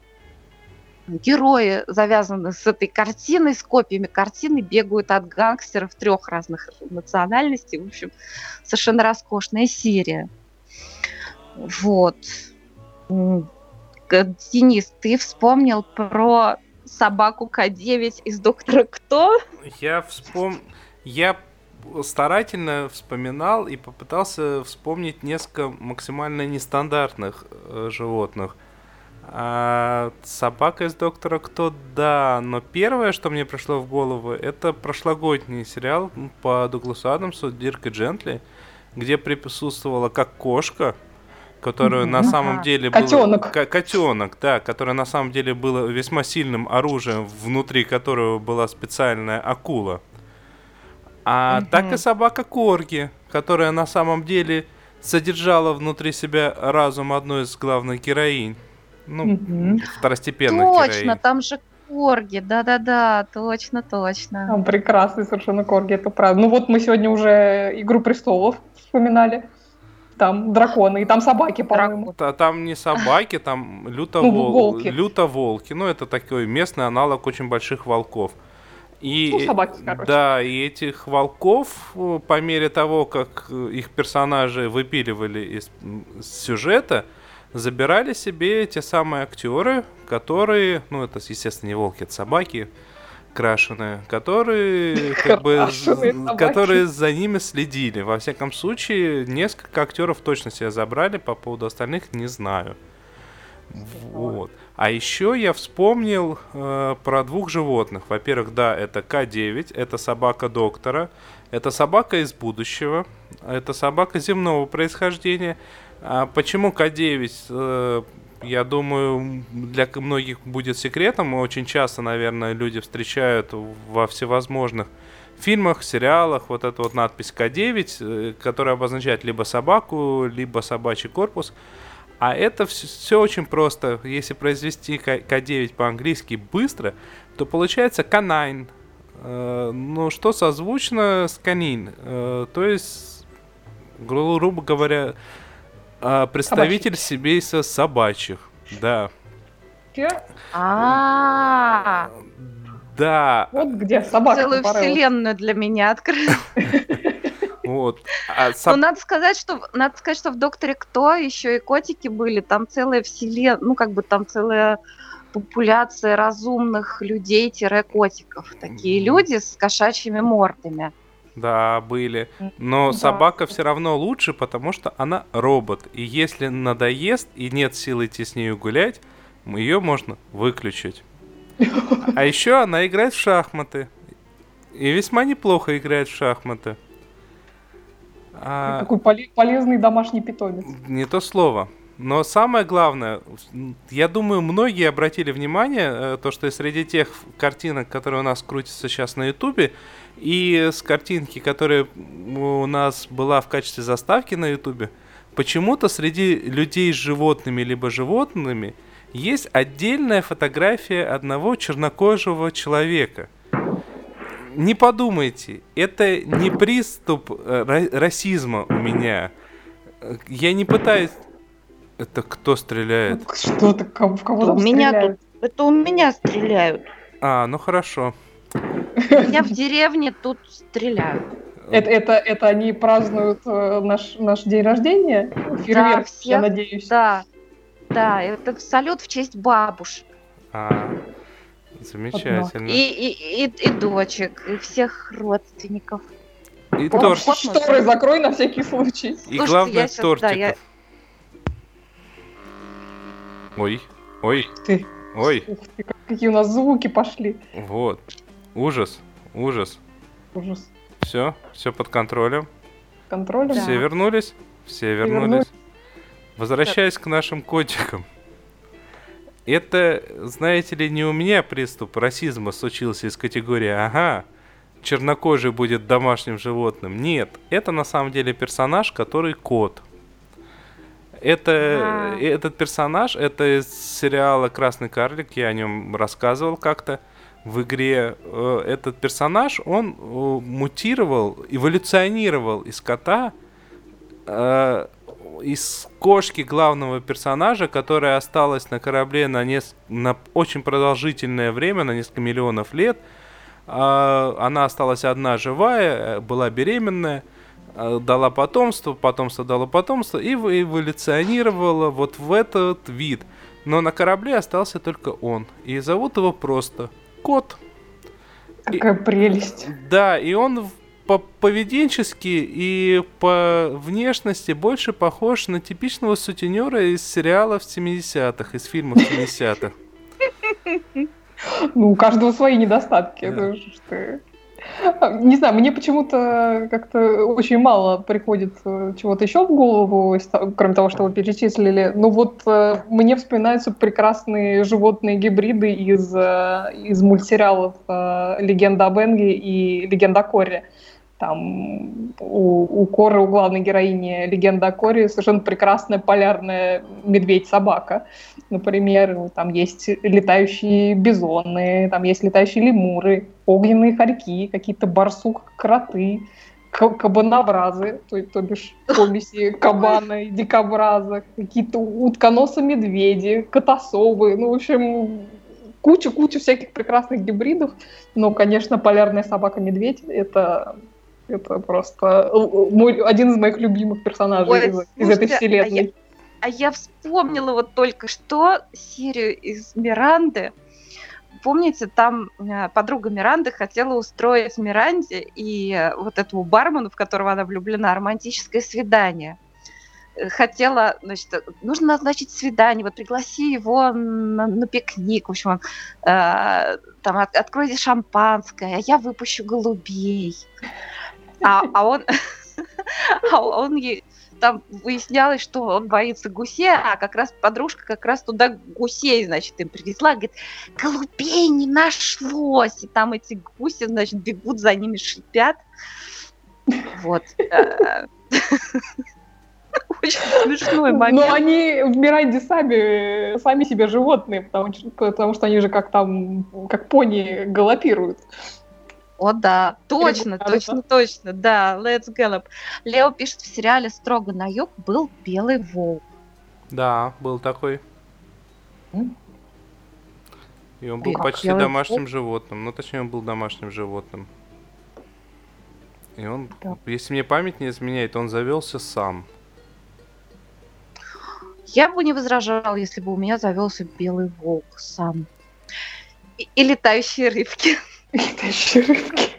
герои завязаны с этой картиной, с копиями картины, бегают от гангстеров трех разных национальностей. В общем, совершенно роскошная серия. Вот. М, г- Денис, ты вспомнил про собаку К девять из «Доктора Кто»? Я вспом... Я старательно вспоминал и попытался вспомнить несколько максимально нестандартных э, животных. А, собака из «Доктора Кто», да, но первое, что мне пришло в голову, это прошлогодний сериал по Дугласу Адамсу «Дирк и Джентли», где присутствовала как кошка, которая на Ага. самом деле была... Котенок. Ко- Котенок, да, которая на самом деле была весьма сильным оружием, внутри которого была специальная акула. А так и Мгм. собака Корги, которая на самом деле содержала внутри себя разум одной из главных героинь. Ну, Мгм. второстепенных Точно, героинь. там же корги, да-да-да, точно, точно. Там прекрасный совершенно корги, это правда. Ну вот мы сегодня уже «Игру престолов» вспоминали. Там драконы, и там собаки, по-моему. Та- Там не собаки, там люто Ну, вол- волки. люто-волки. Ну, это такой местный аналог очень больших волков. И, Ну, собаки, короче. да, и этих волков, э, по мере того, как э, их персонажи выпиливали из м, сюжета, забирали себе те самые актеры, которые, ну, это, естественно, не волки, это собаки, крашеные, которые как бы з- которые за ними следили. Во всяком случае, несколько актеров точно себе забрали, по поводу остальных не знаю. Вот. А еще я вспомнил э, про двух животных. Во-первых, да, это К девять, это собака доктора, это собака из будущего, это собака земного происхождения. А почему К девять? Э, я думаю, для многих будет секретом. Очень часто, наверное, люди встречают во всевозможных фильмах, сериалах вот эту вот надпись К девять, э, которая обозначает либо собаку, либо собачий корпус. А это все, все очень просто. Если произвести К девять по-английски быстро, то получается канайн. Э, ну, что созвучно с канин. Э, то есть, гру- грубо говоря, э, представитель семейства собачьих. Да. А, Да. Вот где собака целую порылась. вселенную для меня открыла. Вот. А Но соб- надо сказать, что надо сказать, что в Докторе Кто еще и котики были, там целая вселенная, ну как бы там целая популяция разумных людей-котиков. Такие люди с кошачьими мордами. Да, были. Но Да. собака все равно лучше, потому что она робот. И если надоест и нет сил идти с нею гулять, ее можно выключить. А еще она играет в шахматы. И весьма неплохо играет в шахматы. А, Какой поле- полезный домашний питомец. не то слово. Но самое главное, я думаю, многие обратили внимание, э, то, что среди тех картинок, которые у нас крутятся сейчас на Ютубе, и с картинки, которая у нас была в качестве заставки на Ютубе, почему-то среди людей с животными либо животными есть отдельная фотография одного чернокожего человека. Не подумайте, это не приступ э, ра- расизма у меня. Э, Я не пытаюсь... Это кто стреляет? Что ты, кого- в кого У там меня стреляют? тут, это у меня стреляют. А, ну хорошо. Я в деревне тут стреляют. Это, это, это они празднуют э, наш, наш день рождения? Фейерверк, всех, я надеюсь. Да, да, это салют в честь бабушек. А, замечательно. И, и, и, и дочек, и всех родственников. И, Вот, торт. вот. шторы закрой на всякий случай. И Слушайте, главное, я щас- да, тортиков. я- Ой, ой, Ты, ой. ух ты, как- какие у нас звуки пошли. Вот. Ужас, ужас. Ужас. Все, все под контролем. Контролем. Да. Все вернулись? Все вернулись. вернулись. Возвращаясь к нашим котикам. Это, знаете ли, не у меня приступ расизма случился из категории «Ага, чернокожий будет домашним животным». Нет, это на самом деле персонаж, который кот. Это, А. этот персонаж, это из сериала «Красный карлик», я о нем рассказывал как-то в игре. Э, Этот персонаж, он э, мутировал, эволюционировал из кота, э, из кошки главного персонажа, которая осталась на корабле на, неск- на очень продолжительное время, на несколько миллионов лет. А, Она осталась одна живая, э, была беременная, э, дала потомство, потомство дало потомство и эв- эволюционировала вот в этот вид. Но на корабле остался только он. И зовут его просто Кот. Какая прелесть. Да, и он в- по поведенчески и по внешности больше похож на типичного сутенера из сериалов семидесятых, из фильмов семидесятых. Ну, у каждого свои недостатки. Да. Это ж ты. Не знаю, мне почему-то как-то очень мало приходит э, чего-то еще в голову, из того- кроме того, что вы перечислили. Ну вот э, мне вспоминаются прекрасные животные гибриды из, э, из мультсериалов э, «Легенда об Энге» и «Легенда о Корре». Там у, у Коры, у главной героини «Легенда о Корре» совершенно прекрасная полярная медведь-собака. Например, там есть летающие бизоны, там есть летающие лемуры, огненные хорьки, какие-то барсук-кроты, к- кабанобразы, то, то бишь помеси кабана и дикобраза, какие-то утконосы-медведи, котосовы, ну, в общем, куча-куча всяких прекрасных гибридов. Но, конечно, полярная собака-медведь — это... Это просто мой, один из моих любимых персонажей Ой, из, из этой слушайте, вселенной. А я вспомнила вот только что серию из Миранды. помните, там э, подруга Миранды хотела устроить Миранде и э, вот этому бармену, в которого она влюблена, романтическое свидание. Э, Хотела, значит, э, нужно назначить свидание, вот пригласи его на, на пикник, в общем, он, э, там от- откройте шампанское, а я выпущу голубей. А, а он, а он ей там выяснялось, что он боится гусей, а как раз подружка как раз туда гусей, значит, им привезла, говорит, голубей не нашлось, и там эти гуси, значит, бегут за ними, шипят. Вот. Э, Очень смешной Но момент. они в Миранде сами, сами себе животные, потому что, потому что они же как там, как пони галопируют. О, да, точно, Требует точно, надо. точно, да, let's gallop. Лео пишет, в сериале «Строго на юг» был белый волк. Да, был такой. М? И он был Как, почти белый домашним животным. Ну, точнее, он был домашним животным. И он, Да. если мне память не изменяет, он завелся сам. Я бы не возражал, если бы у меня завелся белый волк сам. И, и летающие рыбки. Летающие рыбки.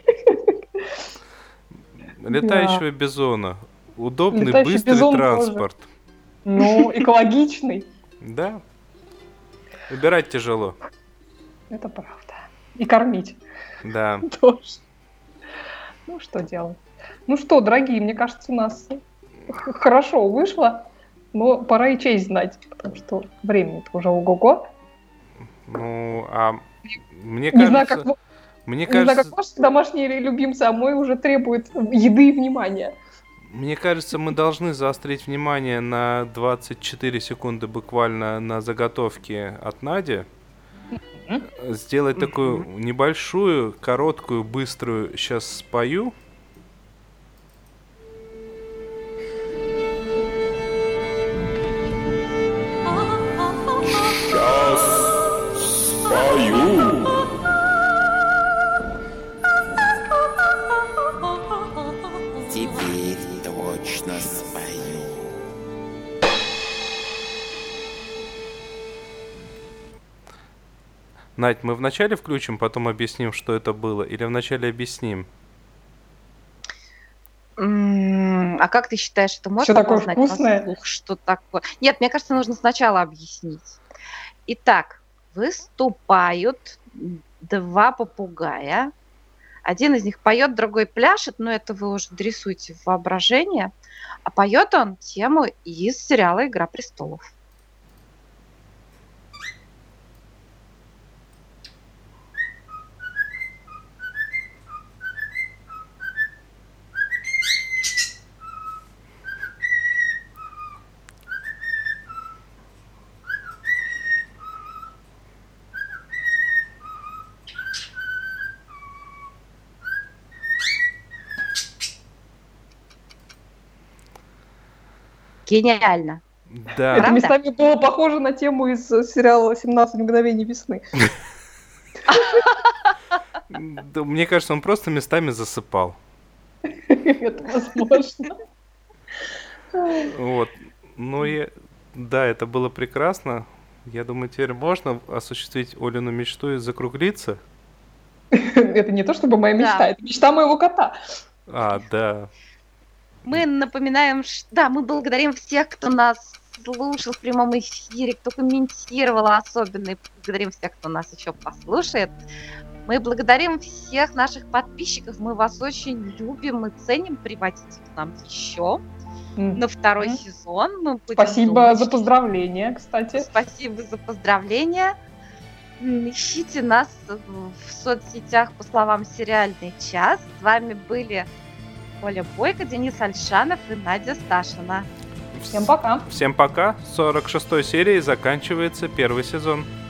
Летающего бизона. Удобный, Летающий быстрый бизон транспорт. Ну, экологичный. Да. Убирать тяжело. Это правда. И кормить Да. тоже. Ну, что делать? Ну что, дорогие, мне кажется, у нас х- хорошо вышло, но пора и честь знать, потому что времени-то уже ого-го. Ну, а мне Не знаю, кажется... как, Мне не знаю, кажется, как ваши домашние любимцы, а мой уже требует еды и внимания. мне кажется, мы должны заострить внимание на двадцать четыре секунды буквально на заготовке от Нади. Сделать такую небольшую, короткую, быструю. Сейчас спою. Теперь точно спою. Надь, мы вначале включим, потом объясним, что это было, или вначале объясним? М, А как ты считаешь, это можно такое познать на вкусное? слух, что такое? Нет, мне кажется, нужно сначала объяснить. Итак, выступают два попугая. Один из них поет, другой пляшет, но это вы уже дрессуете в воображение. А поет он тему из сериала «Игра престолов». Гениально. Да. Это Правда? местами было похоже на тему из сериала «семнадцать мгновений весны». Да, мне кажется, он просто местами засыпал. Это возможно. Вот. Ну и да, это было прекрасно. Я думаю, теперь можно осуществить Олину мечту и закруглиться. Это не то чтобы моя мечта, Да. это мечта моего кота. А, да. Мы напоминаем, ш- да, мы благодарим всех, кто нас слушал в прямом эфире, кто комментировал особенно, и благодарим всех, кто нас еще послушает. Мы благодарим всех наших подписчиков, мы вас очень любим и ценим, приводите к нам еще М. на второй Мгм. сезон. Мы будем Спасибо думать, за поздравления, кстати. Спасибо за поздравления. М, Ищите нас в соцсетях по словам «Сериальный час». С вами были Оля Бойко, Денис Альшанов и Надя Сташина. Всем пока. Всем пока. сорок шестой серией заканчивается первый сезон.